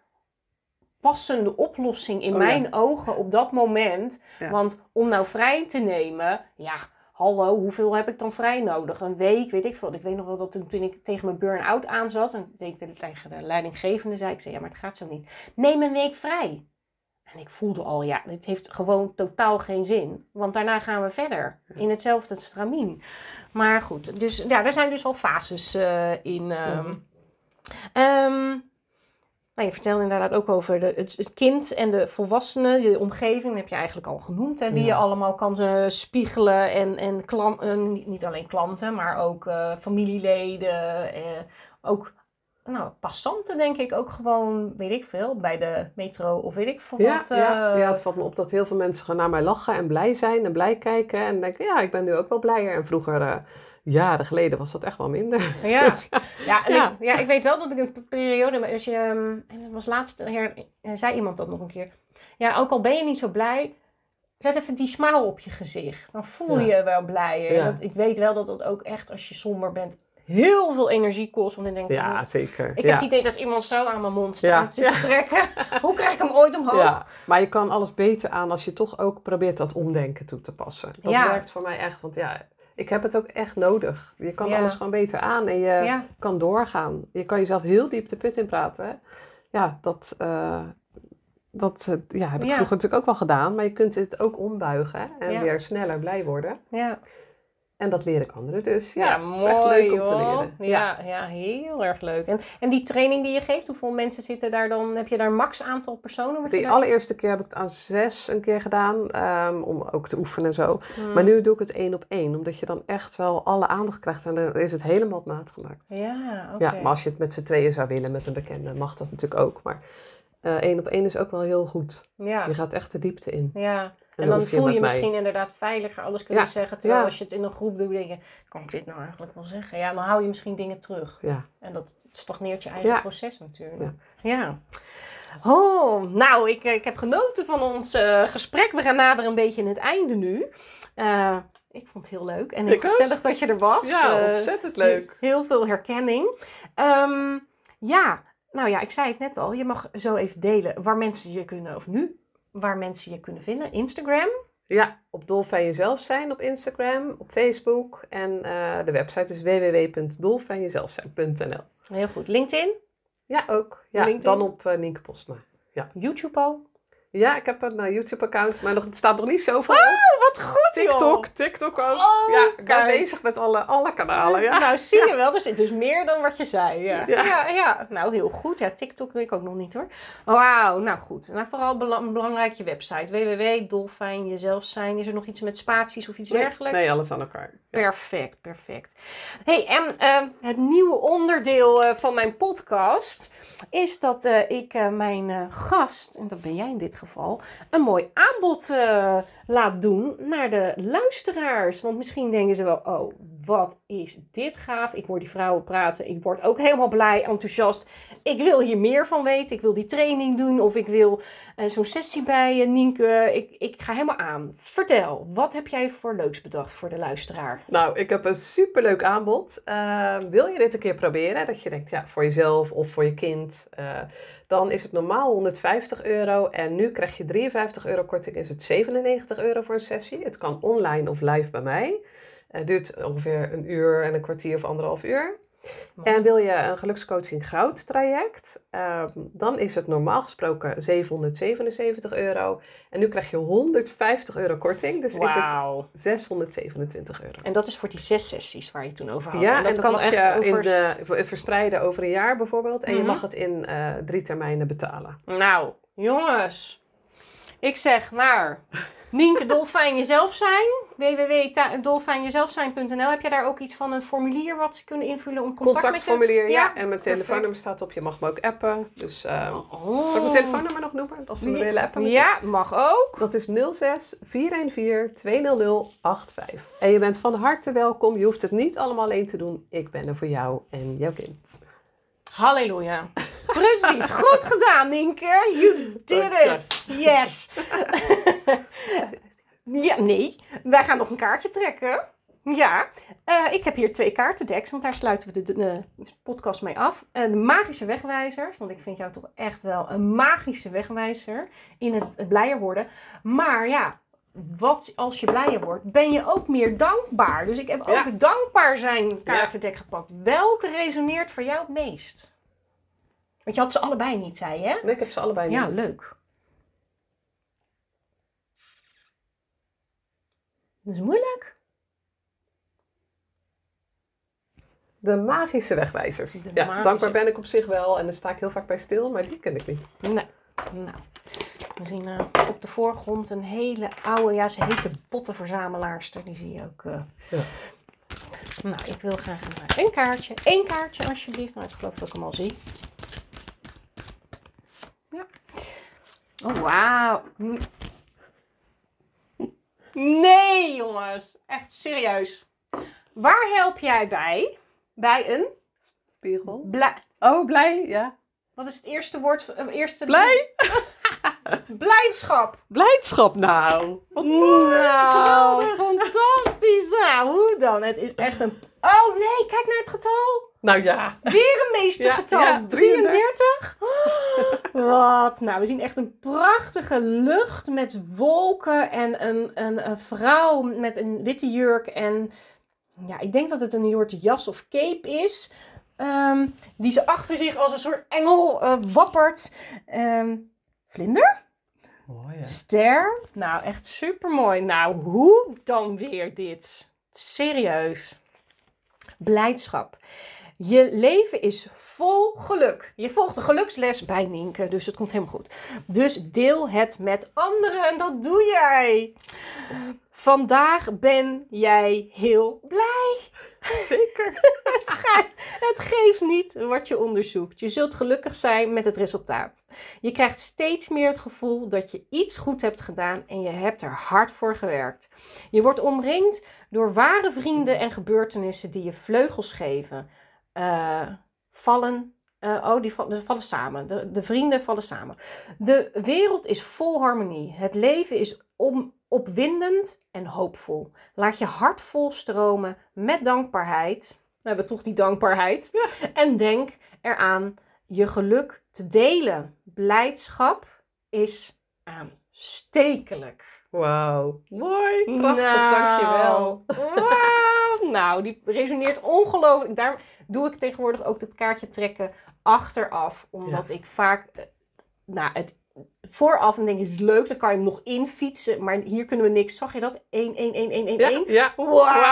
passende oplossing in oh, mijn ja. ogen op dat moment. Ja. Want om nou vrij te nemen, ja, hallo, hoeveel heb ik dan vrij nodig? Een week, weet ik veel. Ik weet nog wel dat toen, toen ik tegen mijn burn-out aan zat, en ik tegen de leidinggevende zei, ik zei, ja, maar het gaat zo niet. Neem een week vrij. En ik voelde al, ja, dit heeft gewoon totaal geen zin. Want daarna gaan we verder. In hetzelfde stramien. Maar goed, dus ja, er zijn dus wel fases uh, in. Um, um, nou, je vertelde inderdaad ook over de, het, het kind en de volwassenen, de omgeving, dat heb je eigenlijk al genoemd. Hè, die ja. je allemaal kan uh, spiegelen. En, en klant, uh, niet, niet alleen klanten, maar ook uh, familieleden. Uh, ook nou, passanten denk ik ook gewoon, weet ik veel, bij de metro of weet ik veel ja, wat. Uh... Ja, ja, het valt me op dat heel veel mensen gewoon naar mij lachen en blij zijn en blij kijken. En denken, ja, ik ben nu ook wel blijer. En vroeger, uh, jaren geleden, was dat echt wel minder. Ja, dus, ja. ja, en ja. Ik, ja, ik weet wel dat ik een periode, als je, um, en dat was laatst, her, zei iemand dat nog een keer. Ja, ook al ben je niet zo blij, zet even die smile op je gezicht. Dan voel je ja. je wel blijer. Ja. Dat, ik weet wel dat dat ook echt, als je somber bent, heel veel energie kost. Want dan denk ik, ja, zeker. Ik ja. heb het idee dat iemand zo aan mijn mond staat ja. te trekken. Hoe krijg ik hem ooit omhoog? Ja. Maar je kan alles beter aan als je toch ook probeert dat omdenken toe te passen. Dat ja. werkt voor mij echt. Want ja, ik heb het ook echt nodig. Je kan ja. alles gewoon beter aan en je ja. kan doorgaan. Je kan jezelf heel diep de put in praten. Hè? Ja, dat, uh, dat ja, heb ik ja. vroeger natuurlijk ook wel gedaan. Maar je kunt het ook ombuigen hè? En ja. weer sneller blij worden. Ja. En dat leer ik anderen. Dus ja, ja het mooi, is echt leuk om joh. te leren. Ja, ja. ja, heel erg leuk. En, en die training die je geeft, hoeveel mensen zitten daar dan? Heb je daar max aantal personen? De daar... allereerste keer heb ik het aan zes een keer gedaan. Um, om ook te oefenen en zo. Hmm. Maar nu doe ik het één op één. Omdat je dan echt wel alle aandacht krijgt. En dan is het helemaal op maat gemaakt. Ja, oké. Okay. Ja, maar als je het met z'n tweeën zou willen met een bekende, mag dat natuurlijk ook. Maar uh, één op één is ook wel heel goed. Ja. Je gaat echt de diepte in. Ja. En, en dan, dan voel je, je misschien mij. inderdaad veiliger alles kunnen ja. zeggen. Terwijl ja. als je het in een groep doet, denk je, kan ik dit nou eigenlijk wel zeggen? Ja, dan hou je misschien dingen terug. Ja. En dat stagneert je eigen ja. proces natuurlijk. Ja. ja. Oh, nou, ik, ik heb genoten van ons uh, gesprek. We gaan nader een beetje in het einde nu. Uh, ik vond het heel leuk. En heel ik gezellig ook. Dat je er was. Ja, ontzettend uh, leuk. Heel veel herkenning. Um, ja, nou ja, ik zei het net al. Je mag zo even delen waar mensen je kunnen, of nu... waar mensen je kunnen vinden. Instagram? Ja, op Dolfijn Jezelf Zijn op Instagram, op Facebook. En uh, de website is w w w punt dolfijn jezelf zijn punt n l. Heel goed. LinkedIn? Ja, ook. Ja, LinkedIn? Dan op uh, Nienke Postma. Ja. YouTube al? Ja, ik heb een uh, YouTube-account, maar nog, het staat nog niet zoveel oh, op. Wat goed, TikTok, joh. TikTok ook. Oh, ja, ik ben bezig met alle, alle kanalen. Ja. Nou, zie je ja. wel. Er zit dus meer dan wat je zei. Ja. Ja. Ja, ja. Nou, heel goed. Ja, TikTok doe ik ook nog niet, hoor. Wauw, nou goed. Nou, vooral bela- belangrijk je website. w w w punt dolfijn jezelf zijn. Is er nog iets met spaties of iets nee, dergelijks? Nee, alles aan elkaar. Ja. Perfect, perfect. Hey, en uh, het nieuwe onderdeel uh, van mijn podcast is dat uh, ik uh, mijn uh, gast, en dat ben jij in dit geval, een mooi aanbod uh, laat doen naar de luisteraars. Want misschien denken ze wel, oh, wat is dit gaaf. Ik hoor die vrouwen praten. Ik word ook helemaal blij, enthousiast. Ik wil hier meer van weten. Ik wil die training doen. Of ik wil uh, zo'n sessie bij uh, Nienke. Ik, ik ga helemaal aan. Vertel, wat heb jij voor leuks bedacht voor de luisteraar? Nou, ik heb een superleuk aanbod. Uh, wil je dit een keer proberen? Dat je denkt, ja, voor jezelf of voor je kind. Uh, dan is het normaal honderdvijftig euro. En nu krijg je drieënvijftig euro korting. Is het zevenennegentig euro voor een sessie. Het kan online of live bij mij. Het duurt ongeveer een uur en een kwartier of anderhalf uur. Mooi. En wil je een gelukscoaching goud traject, uh, dan is het normaal gesproken zevenhonderdzevenenzeventig euro. En nu krijg je honderdvijftig euro korting, dus wow. is het zeshonderdzevenentwintig euro. En dat is voor die zes sessies waar je toen over had. Ja, en dat, en dat kan mag echt je over... in de, verspreiden over een jaar bijvoorbeeld. En mm-hmm. je mag het in uh, drie termijnen betalen. Nou, jongens. Ik zeg maar... Nienke, Dolfijn Jezelf Zijn. w w w punt dolfijn jezelf zijn punt n l. Heb je daar ook iets van een formulier wat ze kunnen invullen om contact Contactformulier, met je... ja. ja. En mijn telefoonnummer staat op. Je mag me ook appen. Dus uh, oh. Zal ik mijn telefoonnummer nog noemen? Als ze me willen appen. Ja, mag ook. Dat is nul zes vier een vier twee nul nul acht vijf. En je bent van harte welkom. Je hoeft het niet allemaal alleen te doen. Ik ben er voor jou en jouw kind. Halleluja. Precies. Goed gedaan, Nienke. You did it. Yes. Ja, nee. Wij gaan nog een kaartje trekken. Ja. Uh, ik heb hier twee kaartendeks, want daar sluiten we de, de, de podcast mee af. Uh, de magische wegwijzers, want ik vind jou toch echt wel een magische wegwijzer in het, het blijer worden. Maar ja, wat als je blijer wordt, ben je ook meer dankbaar. Dus ik heb ook Ja. dankbaar zijn kaartendek gepakt. Welke resoneert voor jou het meest? Want je had ze allebei niet, zei je, hè? Nee, ik heb ze allebei niet. Ja, leuk. Dat is moeilijk. De magische wegwijzers. De ja, magische- dankbaar ben ik op zich wel en daar sta ik heel vaak bij stil, maar die ken ik niet. Nee. Nou, we zien uh, op de voorgrond een hele oude, ja, ze heet de bottenverzamelaarster. Die zie je ook. Uh. Ja. Nou, ik wil graag een, een kaartje. Eén kaartje, alsjeblieft. Nou, ik geloof dat ik hem al zie. Ja. Oh, wauw. Nee, jongens. Echt serieus. Waar help jij bij? Bij een Spiegel. blij... Oh, blij, ja. Wat is het eerste woord? Uh, eerste Blij? Blijdschap. Blijdschap nou. Wat Nou, fantastisch. Nou, hoe dan? Het is echt een... Oh nee, kijk naar het getal. Nou ja. Weer een meestergetal. Ja, ja, drieëndertig. Wat? Nou, we zien echt een prachtige lucht met wolken en een, een, een vrouw met een witte jurk. En ja, ik denk dat het een soort jas of cape is. Um, die ze achter zich als een soort engel uh, wappert. Um, vlinder? Mooi, hè? Ster. Nou, echt super mooi. Nou, hoe dan weer dit? Serieus. Blijdschap. Je leven is vol geluk. Je volgt een geluksles bij Nienke, dus het komt helemaal goed. Dus deel het met anderen en dat doe jij. Vandaag ben jij heel blij. Zeker. het, ge- het geeft niet wat je onderzoekt. Je zult gelukkig zijn met het resultaat. Je krijgt steeds meer het gevoel dat je iets goed hebt gedaan en je hebt er hard voor gewerkt. Je wordt omringd door ware vrienden en gebeurtenissen die je vleugels geven. Uh, vallen, uh, oh, die vallen, vallen samen. De, de vrienden vallen samen. De wereld is vol harmonie. Het leven is om, opwindend en hoopvol. Laat je hart vol stromen met dankbaarheid. We hebben toch die dankbaarheid. Ja. En denk eraan je geluk te delen. Blijdschap is aanstekelijk. Wauw, mooi, prachtig, nou, dankjewel. Wauw, nou, die resoneert ongelooflijk. Daar doe ik tegenwoordig ook dat kaartje trekken achteraf. Omdat ja. ik vaak, nou, het vooraf en denk ik, is leuk, dan kan je hem nog infietsen. Maar hier kunnen we niks. Zag je dat? één, één, één, één, één, één. Ja, ja.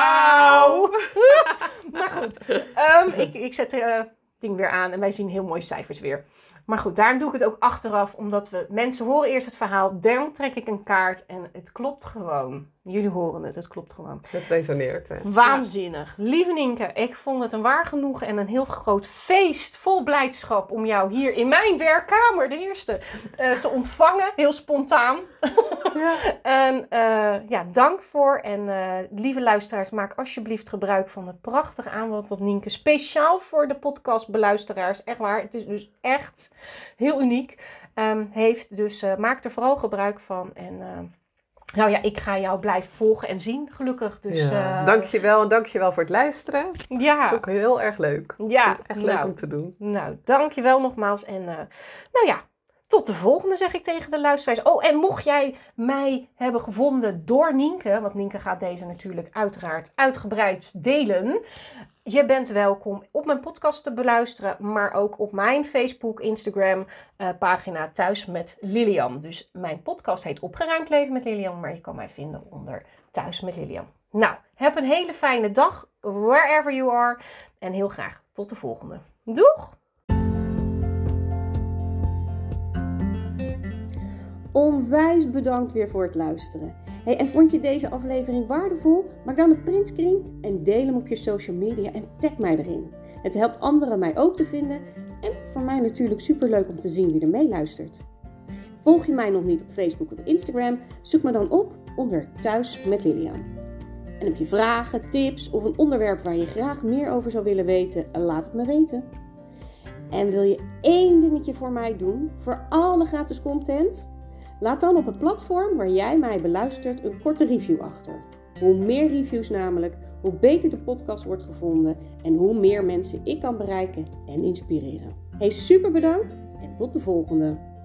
Wauw. Wow. Maar goed, um, ik, ik zet het uh, ding weer aan en wij zien heel mooie cijfers weer. Maar goed, daarom doe ik het ook achteraf, omdat we mensen horen eerst het verhaal, dan trek ik een kaart en het klopt gewoon. Jullie horen het, het klopt gewoon. Het resoneert, hè? Waanzinnig. Ja. Lieve Nienke, ik vond het een waar genoegen en een heel groot feest vol blijdschap om jou hier in mijn werkkamer, de eerste, uh, te ontvangen. Heel spontaan. Ja. En uh, ja, dank voor. En uh, lieve luisteraars, maak alsjeblieft gebruik van het prachtige aanbod van Nienke. Speciaal voor de podcastbeluisteraars. Echt waar, het is dus echt heel uniek. Um, heeft dus, uh, maak er vooral gebruik van. En uh, nou ja, ik ga jou blijven volgen en zien, gelukkig. Dus, ja, uh, dankjewel en dankjewel voor het luisteren. Ja. Ook heel erg leuk. Ja. Ik vind het echt leuk nou, om te doen. Nou, dankjewel nogmaals. En uh, nou ja, tot de volgende, zeg ik tegen de luisteraars. Oh, en mocht jij mij hebben gevonden door Nienke, want Nienke gaat deze natuurlijk uiteraard uitgebreid delen. Je bent welkom op mijn podcast te beluisteren, maar ook op mijn Facebook, Instagram uh, pagina Thuis met Lilian. Dus mijn podcast heet Opgeruimd Leven met Lilian, maar je kan mij vinden onder Thuis met Lilian. Nou, heb een hele fijne dag, wherever you are. En heel graag tot de volgende. Doeg! Onwijs bedankt weer voor het luisteren. Hey, en vond je deze aflevering waardevol? Maak dan een printscreen en deel hem op je social media en tag mij erin. Het helpt anderen mij ook te vinden en voor mij natuurlijk superleuk om te zien wie er meeluistert. Volg je mij nog niet op Facebook of Instagram? Zoek me dan op onder Thuis met Lilian. En heb je vragen, tips of een onderwerp waar je graag meer over zou willen weten? Laat het me weten. En wil je één dingetje voor mij doen, voor alle gratis content? Laat dan op het platform waar jij mij beluistert een korte review achter. Hoe meer reviews namelijk, hoe beter de podcast wordt gevonden en hoe meer mensen ik kan bereiken en inspireren. Hey, super bedankt en tot de volgende!